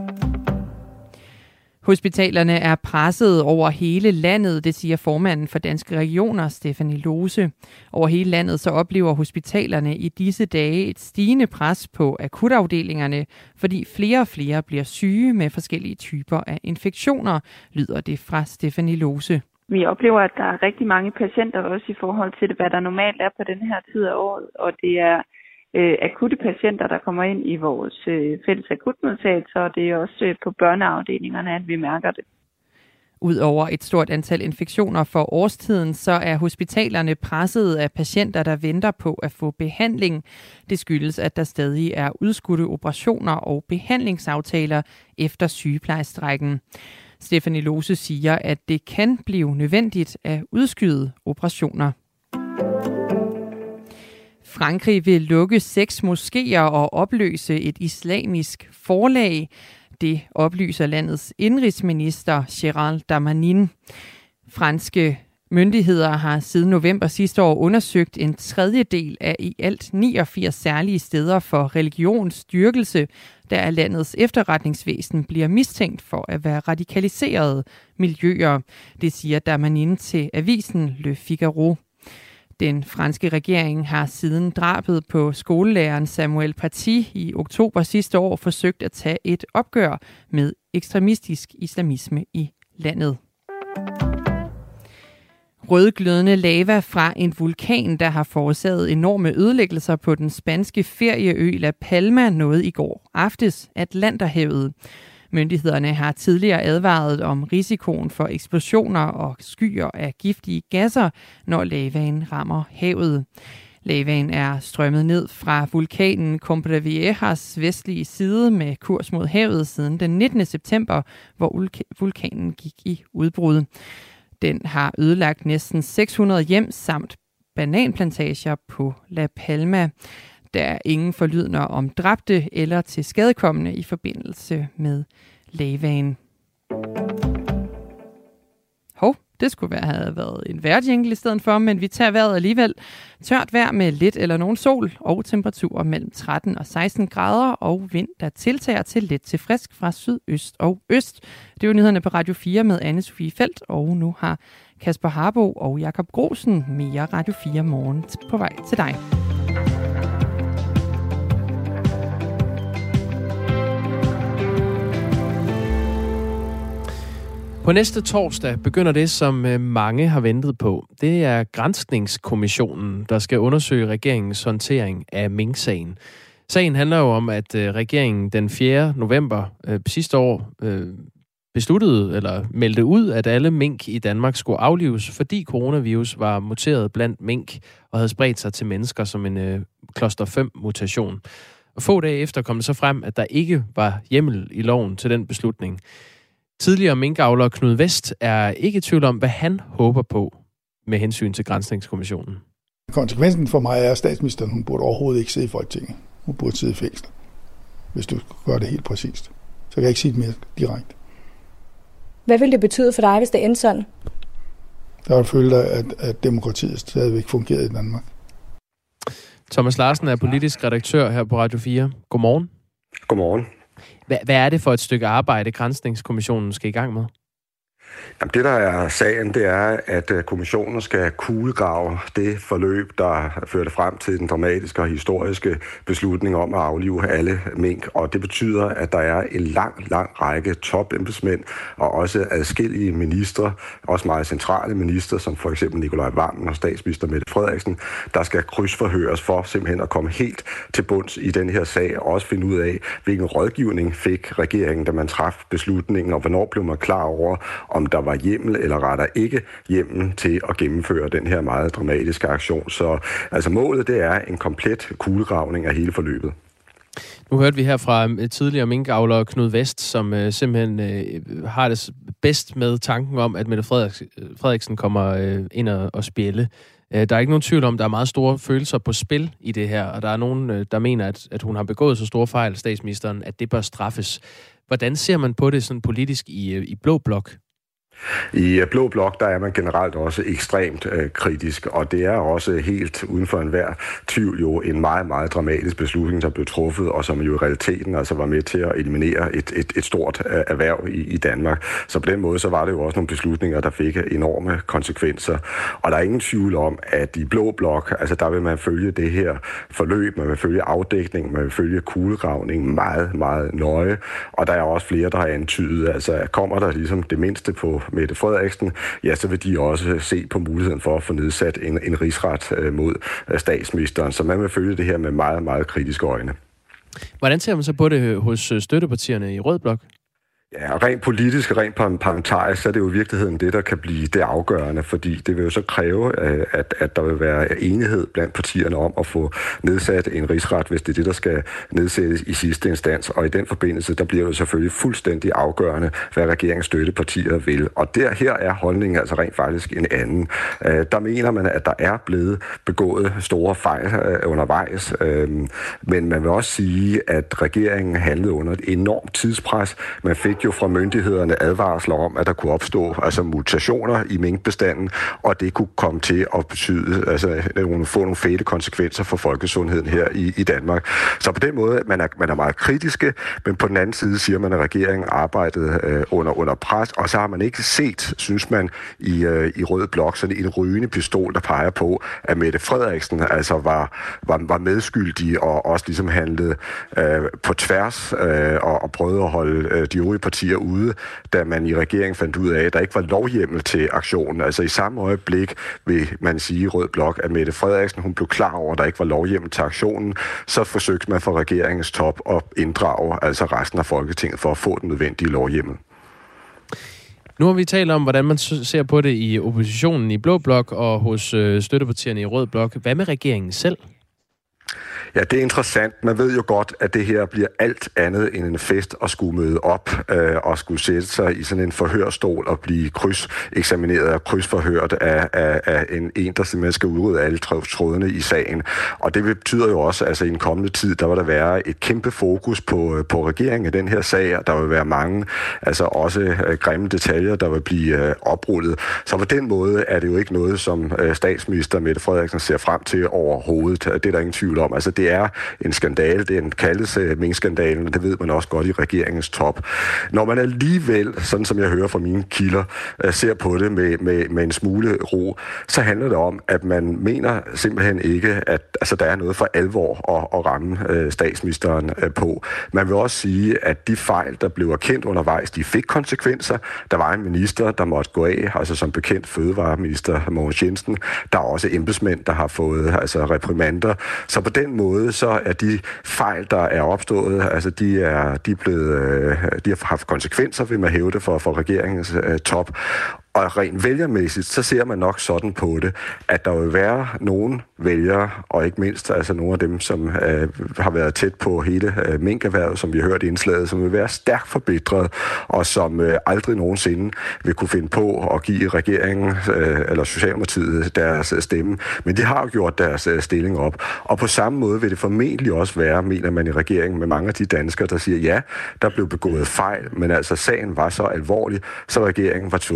Hospitalerne er presset over hele landet, det siger formanden for Danske Regioner, Stephanie Lose. Over hele landet så oplever hospitalerne i disse dage et stigende pres på akutafdelingerne, fordi flere og flere bliver syge med forskellige typer af infektioner, lyder det fra Stephanie Lose. Vi oplever, at der er rigtig mange patienter også i forhold til, hvad der normalt er på den her tid af året, og det er øh, akutte patienter, der kommer ind i vores øh, fælles akutmodtagelser, og det er også øh, på børneafdelingerne, at vi mærker det. Udover et stort antal infektioner for årstiden, så er hospitalerne presset af patienter, der venter på at få behandling. Det skyldes, at der stadig er udskudte operationer og behandlingsaftaler efter sygeplejestrejken. Stephanie Lose siger, at det kan blive nødvendigt at udskyde operationer. Frankrig vil lukke seks moskéer og opløse et islamisk forlag. Det oplyser landets indrigsminister Gérald Darmanin. Franske myndigheder har siden november sidste år undersøgt en tredjedel af i alt niogfirs særlige steder for religionsdyrkelse, der af landets efterretningsvæsen bliver mistænkt for at være radikaliserede miljøer. Det siger Darmanin til avisen Le Figaro. Den franske regering har siden drabet på skolelæreren Samuel Paty i oktober sidste år forsøgt at tage et opgør med ekstremistisk islamisme i landet. Rødglødende lava fra en vulkan, der har forårsaget enorme ødelæggelser på den spanske ferieø La Palma, nåede i går aftes Atlanterhavet. Myndighederne har tidligere advaret om risikoen for eksplosioner og skyer af giftige gasser, når lavaen rammer havet. Lavaen er strømmet ned fra vulkanen Cumbre Viejas vestlige side med kurs mod havet siden den nittende september, hvor vulkanen gik i udbrud. Den har ødelagt næsten seks hundrede hjem samt bananplantager på La Palma. Der er ingen forlydender om dræbte eller tilskadekomne i forbindelse med lavaen. Hov, det skulle være, have været en vejrjingle i stedet for, men vi tager vejret alligevel. Tørt vejr med lidt eller nogen sol og temperaturer mellem tretten og seksten grader og vind, der tiltager til let til frisk fra sydøst og øst. Det er jo nyhederne på Radio fire med Anne-Sophie Felt, og nu har Kasper Harbo og Jakob Grosen mere Radio fire morgen på vej til dig. På næste torsdag begynder det, som mange har ventet på. Det er Granskningskommissionen, der skal undersøge regeringens håndtering af Mink-sagen. Sagen handler jo om, at regeringen den fjerde november øh, sidste år øh, besluttede eller meldte ud, at alle mink i Danmark skulle aflives, fordi coronavirus var muteret blandt mink og havde spredt sig til mennesker som en øh, cluster fem mutation. Og få dage efter kom det så frem, at der ikke var hjemmel i loven til den beslutning. Tidligere minkavler Knud Vest er ikke i tvivl om, hvad han håber på med hensyn til Granskningskommissionen. Konsekvensen for mig er, at statsministeren hun burde overhovedet ikke sidde i Folketinget. Hun burde sidde i fængsel, hvis du gør det helt præcist. Så kan jeg ikke sige det mere direkte. Hvad vil det betyde for dig, hvis det endte sådan? Der vil føle dig, at, at demokratiet stadigvæk fungerer i Danmark. Thomas Larsen er politisk redaktør her på Radio fire. Godmorgen. Godmorgen. Hvad, hvad er det for et stykke arbejde, Granskningskommissionen skal i gang med? Jamen, det, der er sagen, det er, at kommissionen skal kuglegrave det forløb, der førte frem til den dramatiske og historiske beslutning om at aflive alle mink. Og det betyder, at der er en lang, lang række topembedsmænd og også adskillige ministre, også meget centrale ministre, som for eksempel Nicolai Wammen og statsminister Mette Frederiksen, der skal krydsforhøres for simpelthen at komme helt til bunds i den her sag, og også finde ud af, hvilken rådgivning fik regeringen, da man traf beslutningen, og hvornår blev man klar over, om der var hjemmel eller rettere ikke hjemmel til at gennemføre den her meget dramatiske aktion. Så altså målet, det er en komplet kuglegravning af hele forløbet. Nu hørte vi her fra tidligere minkavler Knud Vest, som øh, simpelthen øh, har det bedst med tanken om, at Mette Frederiksen kommer øh, ind og, og spjælde. Der er ikke nogen tvivl om, at der er meget store følelser på spil i det her, og der er nogen, der mener, at, at hun har begået så store fejl, statsministeren, at det bør straffes. Hvordan ser man på det sådan politisk i, i Blå Blok? I Blå Blok, der er man generelt også ekstremt øh, kritisk, og det er også helt uden for enhver tvivl jo en meget, meget dramatisk beslutning, der blev truffet, og som jo i realiteten altså var med til at eliminere et, et, et stort øh, erhverv i, i Danmark. Så på den måde, så var det jo også nogle beslutninger, der fik enorme konsekvenser. Og der er ingen tvivl om, at i Blå Blok, altså der vil man følge det her forløb, man vil følge afdækningen, man vil følge kuglegravningen meget, meget nøje, og der er også flere, der har antydet, altså kommer der ligesom det mindste på Mette Frederiksen, ja, så vil de også se på muligheden for at få nedsat en, en rigsret øh, mod øh, statsministeren. Så man vil følge det her med meget, meget kritiske øjne. Hvordan ser man så på det hos støttepartierne i Rød Blok? Ja, og rent politisk og rent parlamentarisk, så er det jo i virkeligheden det, der kan blive det afgørende, fordi det vil jo så kræve, at, at der vil være enighed blandt partierne om at få nedsat en rigsret, hvis det er det, der skal nedsættes i sidste instans. Og i den forbindelse, der bliver det selvfølgelig fuldstændig afgørende, hvad regeringens støttepartier vil. Og der her er holdningen altså rent faktisk en anden. Der mener man, at der er blevet begået store fejl undervejs, men man vil også sige, at regeringen handlede under et enormt tidspres. Man fik jo fra myndighederne advarsler om, at der kunne opstå altså mutationer i minkbestanden, og det kunne komme til at betyde, altså få nogle fæle konsekvenser for folkesundheden her i, i Danmark. Så på den måde, man er, man er meget kritiske, men på den anden side siger man, at regeringen arbejdede øh, under, under pres, og så har man ikke set, synes man, i, øh, i Rød Blok, sådan en rygende pistol, der peger på, at Mette Frederiksen altså var, var, var medskyldig og også ligesom handlede øh, på tværs øh, og, og prøvede at holde øh, de øvrige partier ude, da man i regeringen fandt ud af, at der ikke var lovhjemmel til aktionen. Altså i samme øjeblik vil man sige i Rød Blok, at Mette Frederiksen, hun blev klar over, at der ikke var lovhjemmel til aktionen, så forsøgte man fra regeringens top at inddrage altså resten af Folketinget for at få den nødvendige lovhjemmel. Nu har vi talt om, hvordan man ser på det i oppositionen i Blå Blok og hos øh, støttepartierne i Rød Blok. Hvad med regeringen selv? Ja, det er interessant. Man ved jo godt, at det her bliver alt andet end en fest at skulle møde op øh, og skulle sætte sig i sådan en forhørstol og blive krydseksamineret og krydsforhørt af, af, af en, en, der simpelthen skal udrydde alle trådene i sagen. Og det betyder jo også, at altså, i en kommende tid, der vil der være et kæmpe fokus på, på regeringen i den her sag, og der vil være mange, altså også øh, grimme detaljer, der vil blive øh, oprullet. Så på den måde er det jo ikke noget, som øh, statsminister Mette Frederiksen ser frem til overhovedet. Det er der ingen tvivl om. Altså det er en skandale, det er en kaldelse minkskandalen, og det ved man også godt i regeringens top. Når man alligevel, sådan som jeg hører fra mine kilder, ser på det med, med, med en smule ro, så handler det om, at man mener simpelthen ikke, at altså, der er noget for alvor at, at ramme øh, statsministeren øh, på. Man vil også sige, at de fejl, der blev erkendt undervejs, de fik konsekvenser. Der var en minister, der måtte gå af, altså som bekendt fødevareminister Mogens Jensen. Der er også embedsmænd, der har fået altså, reprimander. Så på den måde, så er de fejl, der er opstået, altså de er, de er blevet, de har haft konsekvenser, vil man hæve det for, for regeringens uh, top. Og rent vælgermæssigt, så ser man nok sådan på det, at der vil være nogle vælgere, og ikke mindst altså nogle af dem, som øh, har været tæt på hele øh, minkerhvervet, som vi har hørt i indslaget, som vil være stærkt forbitret, og som øh, aldrig nogensinde vil kunne finde på at give regeringen øh, eller Socialdemokratiet deres øh, stemme. Men de har jo gjort deres øh, stilling op. Og på samme måde vil det formentlig også være, mener man i regeringen, med mange af de danskere, der siger, ja, der blev begået fejl, men altså sagen var så alvorlig, så regeringen var tvunget til at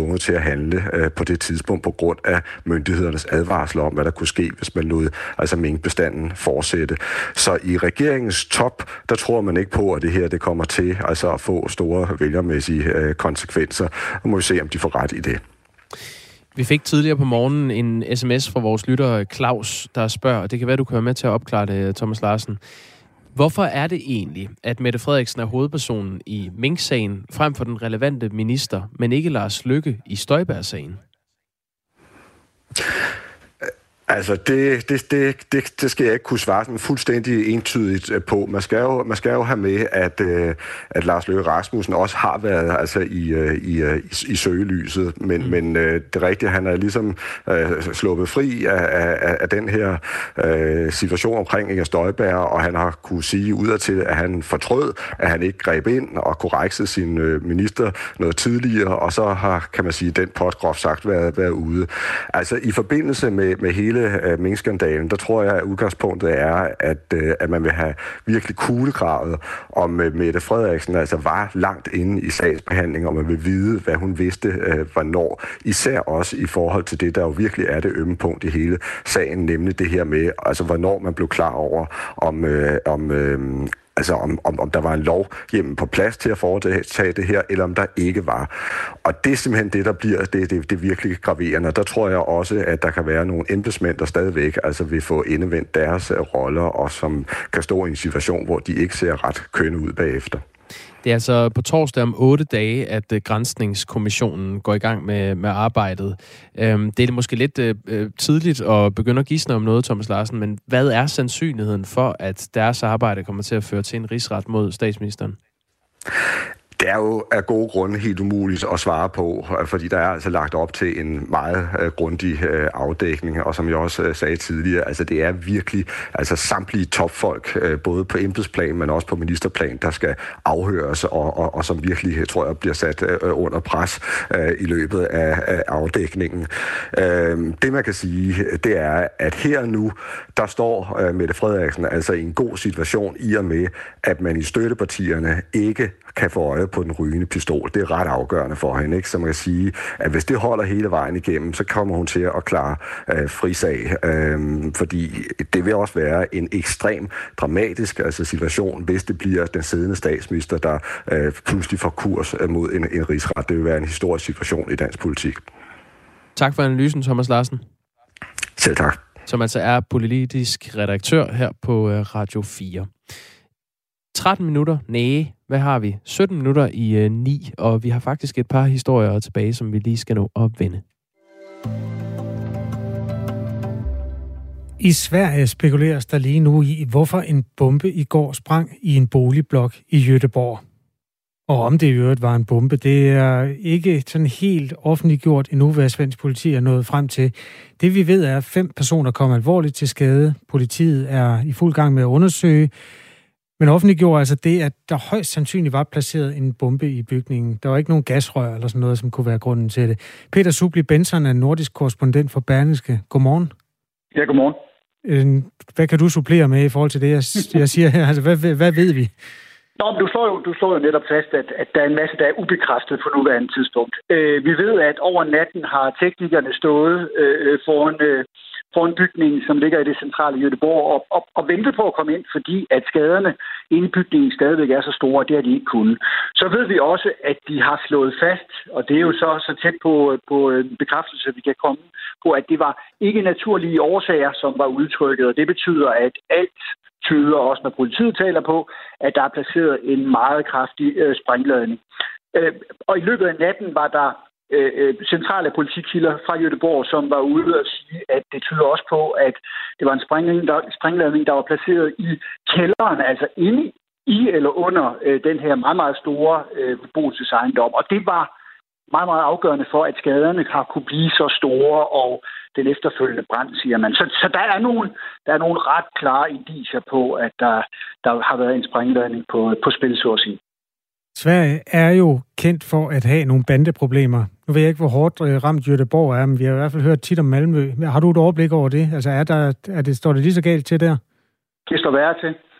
handle øh, på det tidspunkt på grund af myndighedernes advarsler om, hvad der kunne ske, hvis man lod altså minkbestanden fortsætte. Så i regeringens top, der tror man ikke på, at det her det kommer til altså at få store vælgermæssige øh, konsekvenser. Og må vi se, om de får ret i det. Vi fik tidligere på morgenen en sms fra vores lytter Claus, der spørger, og det kan være, du kan være med til at opklare det, Thomas Larsen. Hvorfor er det egentlig, at Mette Frederiksen er hovedpersonen i Mink-sagen frem for den relevante minister, men ikke Lars Løkke i Støjberg-sagen? Altså, det, det, det, det, det skal jeg ikke kunne svare sådan fuldstændig entydigt på. Man skal jo, man skal jo have med, at, at Lars Løkke Rasmussen også har været altså, i, i, i, i søgelyset. Men, mm. men det rigtige, han er ligesom uh, sluppet fri af, af, af den her uh, situation omkring Inger Støjberg, og han har kunne sige udadtil, at han fortrød, at han ikke greb ind og korrekte sin uh, minister noget tidligere, og så har, kan man sige, den pot groft sagt været, været ude. Altså, i forbindelse med, med hele minkskandalen, der tror jeg, at udgangspunktet er, at, at man vil have virkelig kuglegravet om Mette Frederiksen altså var langt inde i sagsbehandling, og man vil vide, hvad hun vidste, hvornår. Især også i forhold til det, der jo virkelig er det ømme punkt i hele sagen, nemlig det her med, altså hvornår man blev klar over, om, om Altså om, om, om der var en lov hjemme på plads til at foretage det her, eller om der ikke var. Og det er simpelthen det, der bliver det, det, det virkelig graverende. Og der tror jeg også, at der kan være nogle embedsmænd, der stadigvæk altså vil få endevendt deres roller, og som kan stå i en situation, hvor de ikke ser ret kønne ud bagefter. Det er altså på torsdag om otte dage, at Granskningskommissionen går i gang med, med arbejdet. Øhm, det er måske lidt øh, tidligt at begynde at gisne om noget, Thomas Larsen, men hvad er sandsynligheden for, at deres arbejde kommer til at føre til en rigsret mod statsministeren? Det er jo af gode grunde helt umuligt at svare på, fordi der er altså lagt op til en meget uh, grundig uh, afdækning, og som jeg også uh, sagde tidligere, altså det er virkelig altså samtlige topfolk, uh, både på embedsplan, men også på ministerplan, der skal afhøres, og, og, og som virkelig, tror jeg, bliver sat uh, under pres uh, i løbet af, af afdækningen. Uh, det man kan sige, det er, at her nu, der står uh, Mette Frederiksen altså i en god situation i og med, at man i støttepartierne ikke kan få øje på den rygende pistol. Det er ret afgørende for hende, ikke? Så man kan sige, at hvis det holder hele vejen igennem, så kommer hun til at klare øh, frisag. Øh, fordi det vil også være en ekstrem dramatisk altså situation, hvis det bliver den siddende statsminister, der øh, pludselig får kurs mod en, en rigsret. Det vil være en historisk situation i dansk politik. Tak for analysen, Thomas Larsen. Selv tak. Som altså er politisk redaktør her på Radio fire. tretten minutter, næh, hvad har vi? sytten minutter i øh, ni, og vi har faktisk et par historier tilbage, som vi lige skal nå at vende. I Sverige spekuleres der lige nu i, hvorfor en bombe i går sprang i en boligblok i Göteborg. Og om det i øvrigt var en bombe, det er ikke sådan helt offentliggjort endnu, hvad svensk politi er nået frem til. Det vi ved er, at fem personer kom alvorligt til skade. Politiet er i fuld gang med at undersøge. Men offentliggjorde altså det, at der højst sandsynligt var placeret en bombe i bygningen. Der var ikke nogen gasrør eller sådan noget, som kunne være grunden til det. Peter Subli Benson er nordisk korrespondent for Berlingske. Godmorgen. Ja, godmorgen. Hvad kan du supplere med i forhold til det, jeg siger her? Altså, hvad, hvad ved vi? Nå, men du slår jo, du slår jo netop fast, at, at der er en masse, der er ubekræftet på nuværende tidspunkt. Øh, vi ved, at over natten har teknikerne stået øh, foran... Øh, foran bygningen, som ligger i det centrale Göteborg, og, og, og ventet på at komme ind, fordi at skaderne inde i bygningen stadigvæk er så store, og det har de ikke kunnet. Så ved vi også, at de har slået fast, og det er jo så, så tæt på, på bekræftelse, vi kan komme på, at det var ikke naturlige årsager, som var udtrykket, og det betyder, at alt tyder, også når politiet taler på, at der er placeret en meget kraftig øh, sprængladning. Øh, og i løbet af natten var der centrale politikilder fra Göteborg, som var ude og sige, at det tyder også på, at det var en sprængladning, der, sprængladning, der var placeret i kælderen, altså inde i eller under øh, den her meget, meget store øh, beboelsesejendom. Og det var meget, meget afgørende for, at skaderne har kunne blive så store, og den efterfølgende brand, siger man. Så, så der er nogle, der er nogle ret klare indicier på, at der, der har været en sprængladning på, på spil, så at sige. Sverige er jo kendt for at have nogle bandeproblemer. Nu ved jeg ikke, hvor hårdt ramt Göteborg er, men vi har i hvert fald hørt tit om Malmø. Har du et overblik over det? Altså, er der, er det, står det lige så galt til der? Det står værre til.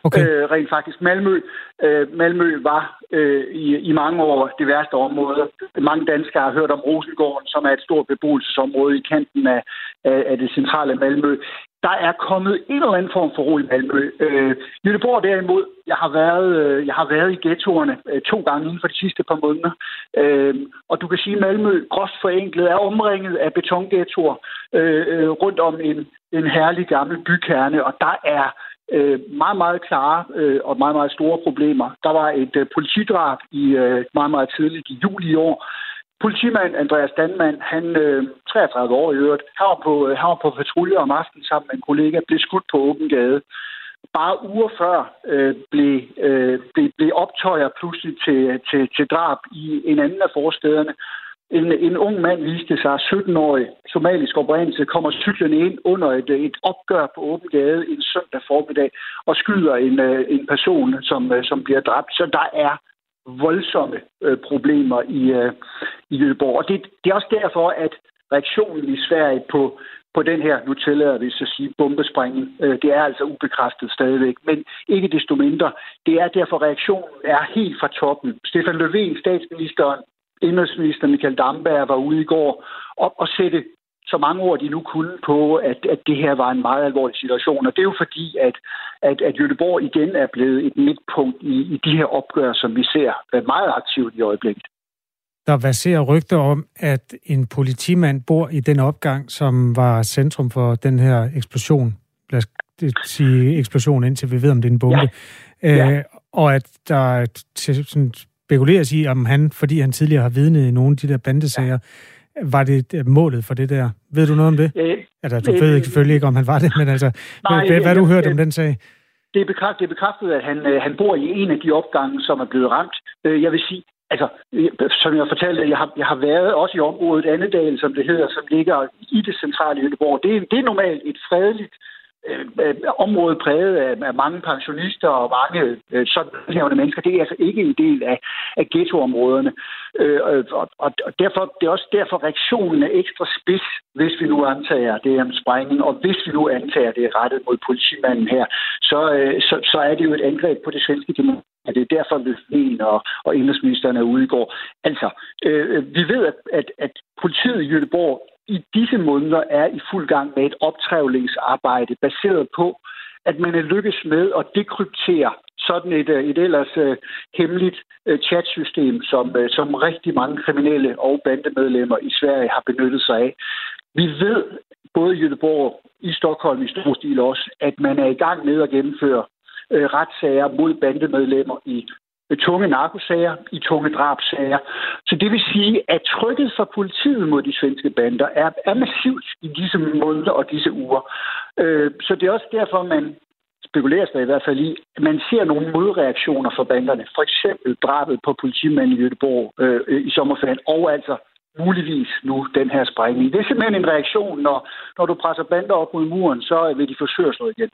Okay. Øh, rent faktisk. Malmø, øh, Malmø var øh, i, i mange år det værste område. Mange danskere har hørt om Rosengården, som er et stort beboelsesområde i kanten af, af, af det centrale Malmø. Der er kommet en eller anden form for ro i Malmø. Øh, Göteborg derimod, jeg har været, øh, jeg har været i ghettoerne øh, to gange inden for de sidste par måneder. Øh, og du kan sige, at Malmø, groft forenklet, er omringet af betonghettoer øh, rundt om en, en herlig gammel bykerne. Og der er øh, meget, meget klare øh, og meget, meget store problemer. Der var et øh, politidrab i øh, meget, meget tidligt i juli i år. Politimand Andreas Danmand, han øh, treogtredive år i øvrigt, han var på, han var på patrulje om aftenen sammen med en kollega, blev skudt på åben gade. Bare uger før øh, blev, øh, blev, blev optøjer pludselig til, til, til drab i en anden af forstederne. En, en ung mand viste sig, sytten-årig somalisk oprindelse, kommer cyklende ind under et, et opgør på åben gade en søndag formiddag og skyder en, en person, som, som bliver dræbt. Så der er voldsomme øh, problemer i, øh, i Göteborg. Og det, det er også derfor, at reaktionen i Sverige på, på den her, nu tillader vi så at sige, bombesprængning, øh, det er altså ubekræftet stadigvæk. Men ikke desto mindre, det er derfor, reaktionen er helt fra toppen. Stefan Löfven, statsministeren, indrigsminister Michael Damberg var ude i går op og sætte så mange ord, de nu kunne på, at, at det her var en meget alvorlig situation. Og det er jo fordi, at, at, at Göteborg igen er blevet et midtpunkt i, i de her opgør, som vi ser meget aktivt i øjeblikket. Der verserer rygter om, at en politimand bor i den opgang, som var centrum for den her eksplosion. Lad os sige eksplosion, indtil vi ved, om det er en bombe. Ja. Ja. Øh, og at der sådan spekuleres i, om han, fordi han tidligere har vidnet i nogle af de der bandesager, var det målet for det der? Ved du noget om det? Øh, altså, du ved ikke, selvfølgelig ikke, om han var det, men altså, nej, hvad har du hørt om den sag? Det er bekræftet, det er bekræftet at han, han bor i en af de opgange, som er blevet ramt. Jeg vil sige, altså, som jeg fortalte, jeg har, jeg har været også i området Annedal, som det hedder, som ligger i det centrale Göteborg. Det er, det er normalt et fredeligt øh, område præget af, af mange pensionister og mange øh, sådan mennesker. Det er altså ikke en del af, af ghettoområderne. Øh, og, og, og derfor, det er også derfor, reaktionen er ekstra spids, hvis vi nu antager, det er en sprængning, og hvis vi nu antager, det er rettet mod politimanden her, så, øh, så, så er det jo et angreb på det svenske demokrati. Det er derfor, Löfven og, og indrigsministeren er ude i går. Altså, øh, vi ved, at, at, at politiet i Göteborg i disse måneder er i fuld gang med et optrævlingsarbejde, baseret på, at man er lykkes med at dekryptere sådan et, et ellers uh, hemmeligt uh, chatsystem, som, uh, som rigtig mange kriminelle og bandemedlemmer i Sverige har benyttet sig af. Vi ved, både i Göteborg, i Stockholm i stor stil også, at man er i gang med at gennemføre uh, retssager mod bandemedlemmer i tunge narkosager, i tunge drabsager. Så det vil sige, at trykket fra politiet mod de svenske bander er, er massivt i disse måneder og disse uger. Øh, så det er også derfor, man spekulerer sig i hvert fald i, at man ser nogle modreaktioner fra banderne. For eksempel drabet på politimanden i Göteborg øh, i sommerferien, og altså muligvis nu den her sprængning. Det er simpelthen en reaktion, når, når du presser bander op mod muren, så vil de forsøge at slå igen.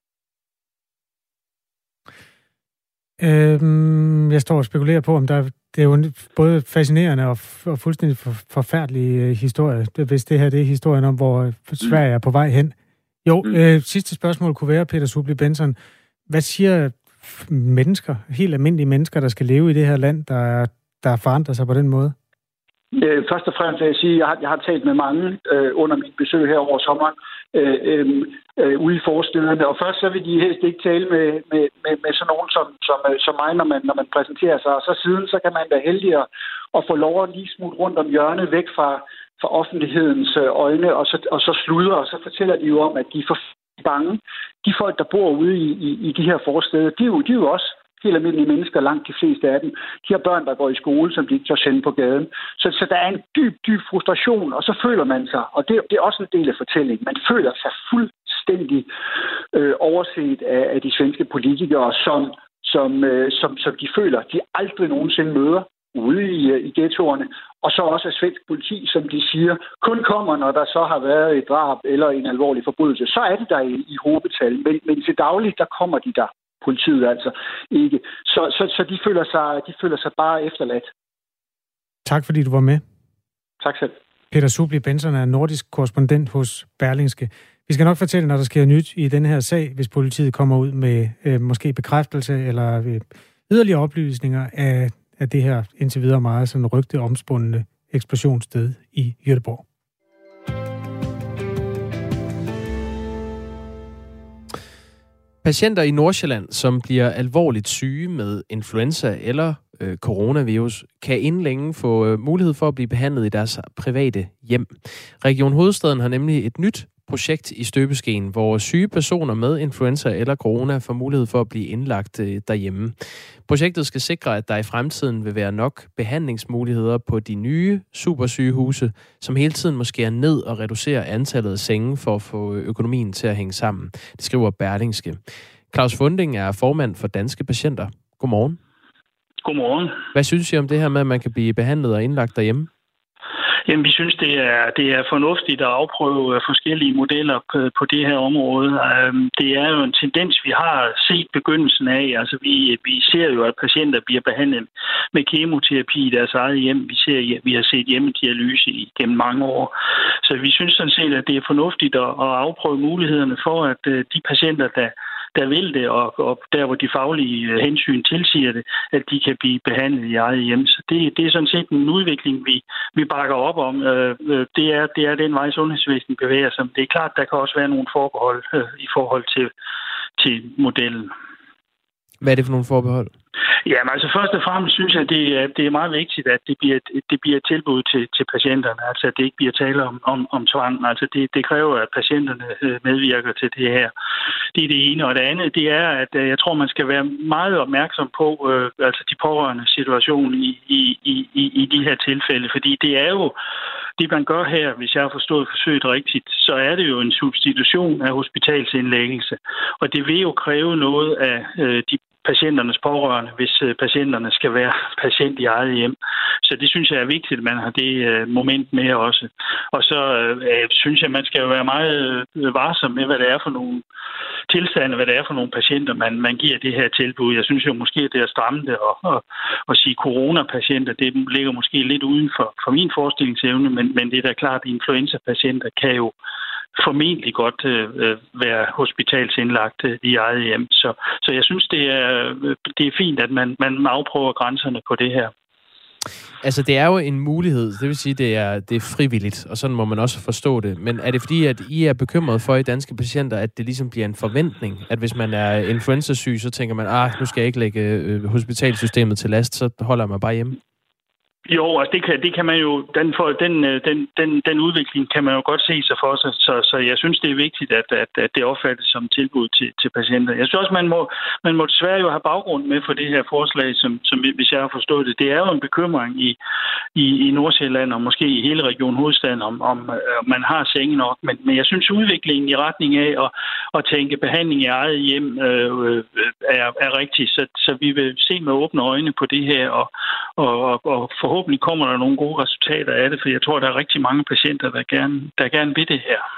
Øhm, jeg står og spekulerer på, om der det er jo en både fascinerende og, og fuldstændig for, forfærdelig øh, historie, hvis det her det er historien om, hvor Sverige er på vej hen. Jo, øh, sidste spørgsmål kunne være, Peter Subli Bengtsson. Hvad siger mennesker, helt almindelige mennesker, der skal leve i det her land, der, der forandrer sig på den måde? Øh, først og fremmest vil jeg sige, at jeg har, jeg har talt med mange øh, under mit besøg her over sommeren øh, øh, øh, ude i forstederne. Og først så vil de helst ikke tale med, med, med, med sådan nogen som, som, som mig, når man, når man præsenterer sig. Og så siden så kan man være heldig at, at få lov at lige smutte rundt om hjørnet væk fra, fra offentlighedens øjne, og så, og så sludre, og så fortæller de jo om, at de er for bange. De folk, der bor ude i, i, i de her forsteder, de er jo, de er jo også helt almindelige mennesker, langt de fleste af dem. De har børn, der går i skole, som de ikke tør sende på gaden. Så, så der er en dyb, dyb frustration, og så føler man sig, og det, det er også en del af fortællingen, man føler sig fuldstændig øh, overset af, af de svenske politikere, som, som, øh, som, som de føler, de aldrig nogensinde møder ude i, i ghettoerne, og så også af svensk politi, som de siger, kun kommer, når der så har været et drab eller en alvorlig forbrydelse. Så er det der i, i hovedbetal, men, men til dagligt, der kommer de der. Politiet altså ikke. Så, så, så de, føler sig, de føler sig bare efterladt. Tak fordi du var med. Tak selv. Peter Subli Bengtsson er nordisk korrespondent hos Berlingske. Vi skal nok fortælle, når der sker nyt i den her sag, hvis politiet kommer ud med øh, måske bekræftelse eller øh, yderligere oplysninger af, af det her indtil videre meget sådan rygte omspundne eksplosionssted i Göteborg. Patienter i Nordsjælland, som bliver alvorligt syge med influenza eller øh, coronavirus, kan inden længe få øh, mulighed for at blive behandlet i deres private hjem. Region Hovedstaden har nemlig et nyt projekt i støbeskeen, hvor syge personer med influenza eller corona får mulighed for at blive indlagt øh, derhjemme. Projektet skal sikre, at der i fremtiden vil være nok behandlingsmuligheder på de nye supersygehuse, som hele tiden må skære ned og reducere antallet af senge for at få økonomien til at hænge sammen. Det skriver Berlingske. Claus Funding er formand for Danske Patienter. Godmorgen. Godmorgen. Hvad synes I om det her med, at man kan blive behandlet og indlagt derhjemme? Jamen, vi synes, det er, det er fornuftigt at afprøve forskellige modeller på, på det her område. Det er jo en tendens, vi har set begyndelsen af. Altså, vi, vi ser jo, at patienter bliver behandlet med kemoterapi i deres eget hjem. Vi, ser, vi har set hjemmedialyse gennem mange år. Så vi synes sådan set, at det er fornuftigt at, at afprøve mulighederne for, at de patienter, der der vil det, og, og der, hvor de faglige hensyn tilsiger det, at de kan blive behandlet i eget hjem. Så det, det er sådan set en udvikling, vi, vi bakker op om. Det er, det er den vej, sundhedsvæsenet bevæger sig. Det er klart, der kan også være nogle forbehold i forhold til, til modellen. Hvad er det for nogle forbehold? Jamen altså først og fremmest synes jeg, at det er, det er meget vigtigt, at det bliver et, det bliver et tilbud til, til patienterne. Altså at det ikke bliver tale om, om, om tvang. Altså det, det kræver, at patienterne medvirker til det her. Det er det ene. Og det andet, det er, at jeg tror, man skal være meget opmærksom på øh, altså de pårørende situation i, i, i, i de her tilfælde. Fordi det er jo det, man gør her, hvis jeg har forstået forsøget rigtigt, så er det jo en substitution af hospitalsindlæggelse. Og det vil jo kræve noget af øh, de patienternes pårørende, hvis patienterne skal være patient i eget hjem. Så det synes jeg er vigtigt, at man har det moment med også. Og så øh, synes jeg, at man skal jo være meget varsom med, hvad det er for nogle tilstande, hvad det er for nogle patienter, man, man giver det her tilbud. Jeg synes jo måske, at det er stramt at, at, at sige coronapatienter. Det ligger måske lidt uden for, for min forestillingsevne, men, men det er da klart, at influenza-patienter kan jo formentlig godt øh, være hospitalsindlagt øh, i eget hjem. Så, så jeg synes, det er, det er fint, at man, man afprøver grænserne på det her. Altså, det er jo en mulighed. Det vil sige, det er, det er frivilligt, og sådan må man også forstå det. Men er det fordi, at I er bekymret for i Danske Patienter, at det ligesom bliver en forventning? At hvis man er influenzasyg, så tænker man, ah, nu skal jeg ikke lægge øh, hospitalsystemet til last, så holder jeg mig bare hjemme? Jo, altså det kan, det kan man jo, den, for, den, den, den, den udvikling kan man jo godt se sig for sig, så, så jeg synes, det er vigtigt, at, at, at det opfattes som tilbud til, til patienter. Jeg synes også, man må, man må desværre jo have baggrund med for det her forslag, som, som hvis jeg har forstået det. Det er jo en bekymring i, i, i Nordsjælland og måske i hele Region Hovedstaden, om, om, om man har senge nok, men, men jeg synes, udviklingen i retning af at, at tænke behandling i eget hjem øh, er, er rigtig, så, så vi vil se med åbne øjne på det her, og, og, og, og forhåbentlig kommer der nogle gode resultater af det, for jeg tror, der er rigtig mange patienter, der gerne, der gerne vil det her.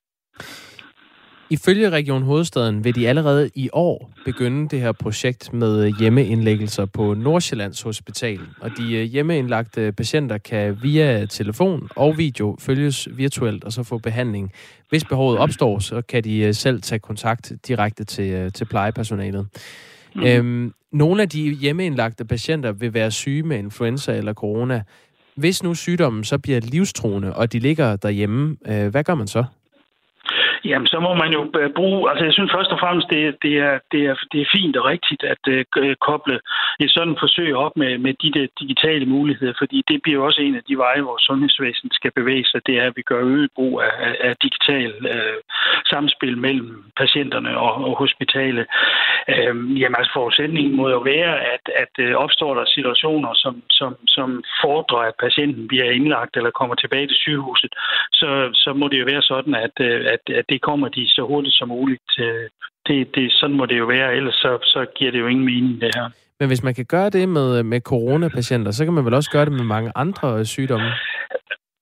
Ifølge Region Hovedstaden vil de allerede i år begynde det her projekt med hjemmeindlæggelser på Nordsjællands Hospital. Og de hjemmeindlagte patienter kan via telefon og video følges virtuelt og så få behandling. Hvis behovet opstår, så kan de selv tage kontakt direkte til, til plejepersonalet. Mm. Øhm, nogle af de hjemmeindlagte patienter vil være syge med influenza eller corona. Hvis nu sygdommen så bliver livstruende, og de ligger derhjemme, øh, hvad gør man så? Jamen, så må man jo bruge... Altså, jeg synes først og fremmest, det, det, er, det, er, det er fint og rigtigt at uh, koble et sådan forsøg op med, med de der digitale muligheder, fordi det bliver også en af de veje, hvor sundhedsvæsenet skal bevæge sig. Det er, at vi gør øget brug af, af digital uh, samspil mellem patienterne og, og hospitalet. Uh, jamen, altså, forudsætningen må jo være, at, at uh, opstår der situationer, som, som, som fordrer, at patienten bliver indlagt eller kommer tilbage til sygehuset, så, så må det jo være sådan, at, at, at det kommer de så hurtigt som muligt. Det, det, sådan må det jo være, ellers så, så giver det jo ingen mening, det her. Men hvis man kan gøre det med, med coronapatienter, så kan man vel også gøre det med mange andre sygdomme?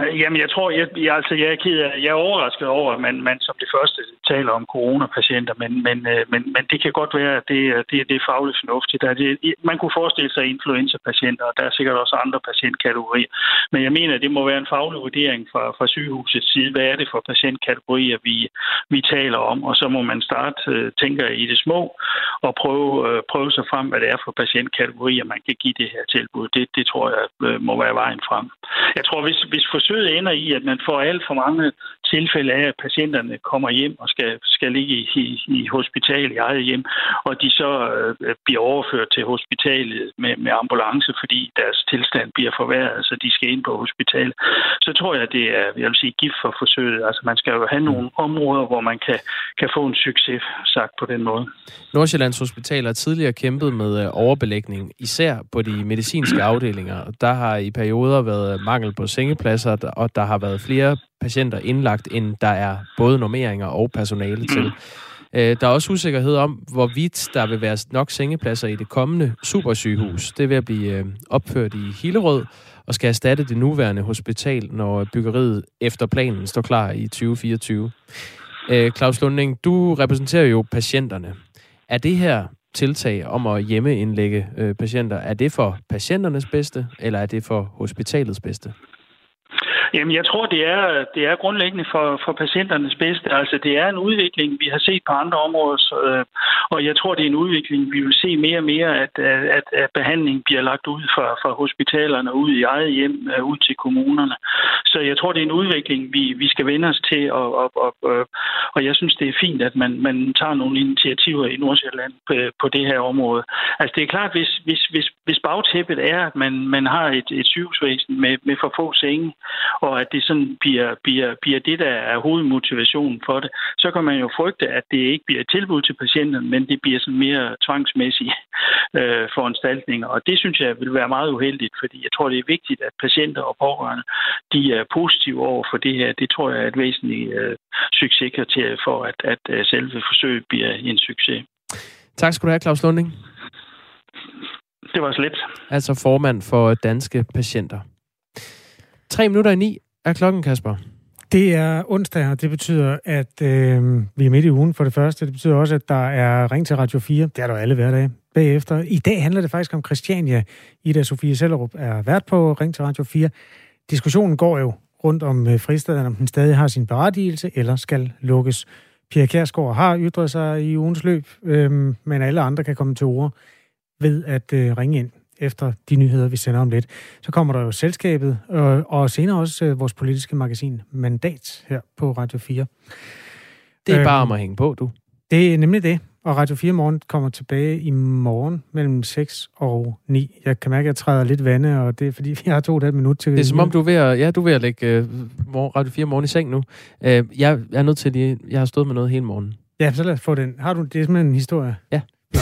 Jamen, jeg tror, jeg, jeg, altså, jeg er ked af, jeg er overrasket over, at man, man som det første taler om coronapatienter, men, men, men, men det kan godt være, at det, det, det er fagligt fornuftigt. Det, man kunne forestille sig influenza-patienter, og der er sikkert også andre patientkategorier. Men jeg mener, at det må være en faglig vurdering fra, fra sygehusets side. Hvad er det for patientkategorier, vi, vi taler om? Og så må man starte, tænker jeg, i det små, og prøve, prøve sig frem, hvad det er for patientkategorier, man kan give det her tilbud. Det, det tror jeg må være vejen frem. Jeg tror, hvis, hvis forsøget ender i, at man får alt for mange tilfælde af, at patienterne kommer hjem og skal, skal ligge i, i, i hospital i eget hjem, og de så øh, bliver overført til hospitalet med, med ambulance, fordi deres tilstand bliver forværret, så de skal ind på hospitalet, så tror jeg, det er, jeg vil sige, gift for forsøget. Altså, man skal jo have nogle områder, hvor man kan, kan få en succes, sagt på den måde. Nordsjællands Hospital har tidligere kæmpet med overbelægning, især på de medicinske afdelinger. Der har i perioder været mangel på sengepladser, og der har været flere patienter indlagt, end der er både normeringer og personale til. Der er også usikkerhed om, hvorvidt der vil være nok sengepladser i det kommende supersygehus. Det er ved at blive opført i Hillerød og skal erstatte det nuværende hospital, når byggeriet efter planen står klar i tyve fireogtyve. Claus Lunding, du repræsenterer jo patienterne. Er det her tiltag om at hjemmeindlægge patienter, er det for patienternes bedste, eller er det for hospitalets bedste? Jamen, jeg tror, det er, det er grundlæggende for, for patienternes bedste. Altså, det er en udvikling, vi har set på andre områder, øh, og jeg tror, det er en udvikling, vi vil se mere og mere, at, at, at behandling bliver lagt ud fra, fra hospitalerne, ud i eget hjem, ud til kommunerne. Så jeg tror, det er en udvikling, vi, vi skal vende os til, og, og, og, og jeg synes, det er fint, at man, man tager nogle initiativer i Nordsjælland på, på det her område. Altså, det er klart, hvis, hvis, hvis, hvis bagtæppet er, at man, man har et, et sygehusvæsen med, med for få senge, og at det sådan bliver, bliver, bliver det, der er hovedmotivationen for det, så kan man jo frygte, at det ikke bliver et tilbud til patienten, men det bliver sådan mere tvangsmæssige øh, foranstaltninger. Og det synes jeg vil være meget uheldigt, fordi jeg tror, det er vigtigt, at patienter og pårørende, de er positive over for det her. Det tror jeg er et væsentligt øh, succeskriterie for, at, at, at selve forsøget bliver en succes. Tak skal du have, Claus Lunding. Det var slet. Altså formand for Danske Patienter. Tre minutter i ni er klokken, Kasper. Det er onsdag, og det betyder, at øh, vi er midt i ugen for det første. Det betyder også, at der er Ring til Radio fire. Det er der jo alle hverdage. Bagefter. I dag handler det faktisk om Christiania. Ida Sofie Sellerup er vært på Ring til Radio fire. Diskussionen går jo rundt om fristaden, om den stadig har sin berettigelse eller skal lukkes. Pia Kjærsgaard har ytret sig i ugens løb, øh, men alle andre kan komme til ord ved at øh, ringe ind efter de nyheder, vi sender om lidt. Så kommer der jo Selskabet, øh, og senere også øh, vores politiske magasin Mandat her på Radio fire. Det er øh, bare om at hænge på, du. Det er nemlig det, og Radio fire Morgen kommer tilbage i morgen mellem seks og ni. Jeg kan mærke, at jeg træder lidt vande, og det er fordi, vi har to og et halvt minut til... Det er som om, du er ved at, ja, du er ved at lægge uh, Radio fire Morgen i seng nu. Uh, jeg, jeg er nødt til lige... Jeg har stået med noget hele morgen. Ja, så lad os få den. Har du... Det er simpelthen en historie. Ja. ja.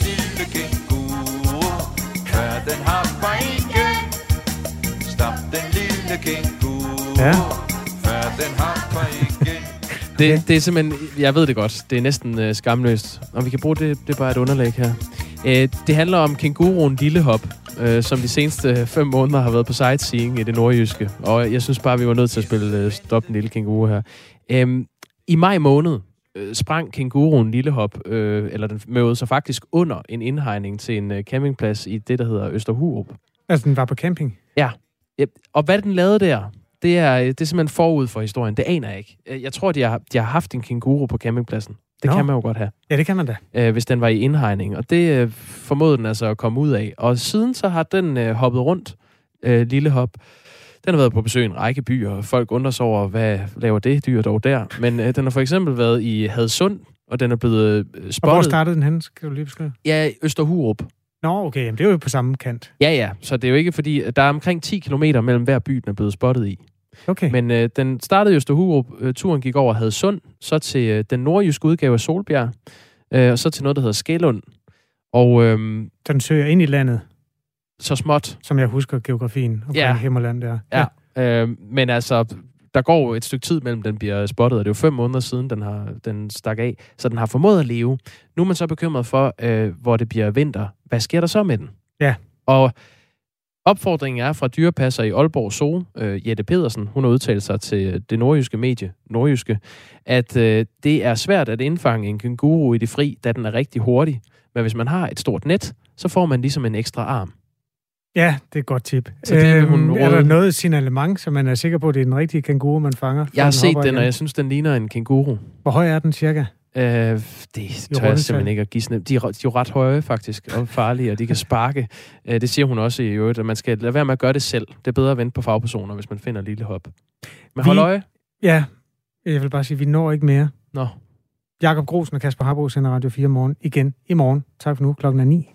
Den hopper ikke. Stop den lille kænguru. Ja. Før den hopper ikke. Det, det er simpelthen, jeg ved det godt, det er næsten øh, skamløst. Og vi kan bruge det, det er bare et underlæg her. Øh, det handler om kænguruen Lillehop, øh, som de seneste fem måneder har været på sightseeing i det nordjyske. Og jeg synes bare, vi var nødt til at spille øh, Stop den lille kænguru her. Øh, I maj måned øh, sprang kænguruen Lillehop, øh, eller den mødede sig faktisk under en indhegning til en øh, campingplads i det, der hedder Østerhurup. Altså, den var på camping? Ja. ja. Og hvad den lavede der, det er, det er simpelthen forud for historien. Det aner jeg ikke. Jeg tror, de har, de har haft en kænguru på campingpladsen. Det Nå. kan man jo godt have. Ja, det kan man da. Øh, hvis den var i indhegning. Og det øh, formåede den altså at komme ud af. Og siden så har den øh, hoppet rundt, øh, Lillehop. Den har været på besøg i en række byer, og folk undrer sig over, hvad laver det dyr dog der? Men øh, den har for eksempel været i Hadsund, og den er blevet øh, spottet. Og hvor startede den hen? Skal du lige beskrive? Ja, Østerhurup. Nå, okay. Jamen, det er jo på samme kant. Ja, ja. Så det er jo ikke fordi, der er omkring ti kilometer mellem hver by, den er blevet spottet i. Okay. Men øh, den startede i Østerhurup. Øh, turen gik over Hadsund, så til øh, den nordjyske udgave af Solbjerg, øh, og så til noget, der hedder Skælund. Og øh, så den søger ind i landet? Så småt. Som jeg husker geografien omkring ja. Himmerland der. Ja, ja. Øh, men altså, der går jo et stykke tid mellem, den bliver spottet, og det er jo fem måneder siden, den, har, den stak af. Så den har formået at leve. Nu er man så bekymret for, øh, hvor det bliver vinter. Hvad sker der så med den? Ja. Og Opfordringen er fra dyrepasser i Aalborg Zoo, øh, Jette Pedersen, hun har udtalt sig til det nordjyske medie, Nordjyske, at øh, det er svært at indfange en kænguru i det fri, da den er rigtig hurtig. Men hvis man har et stort net, så får man ligesom en ekstra arm. Ja, det er et godt tip. Så det vil hun øhm, er der noget signalement, så man er sikker på, at det er den rigtige kænguru, man fanger? Jeg har set den, og jeg synes, den ligner en kænguru. Hvor høj er den cirka? Øh, det tør jeg simpelthen ikke at give sådan. De er, de er jo ret høje, faktisk, og farlige, og de kan sparke. Øh, det siger hun også i øvrigt, at man skal lade være med at gøre det selv. Det er bedre at vente på fagpersoner, hvis man finder et lille hop. Men hold øje. Ja, jeg vil bare sige, at vi når ikke mere. Nå. Jakob Grosen og Kasper Harbo sender Radio fire morgen igen i morgen. Tak for nu. Klokken er ni.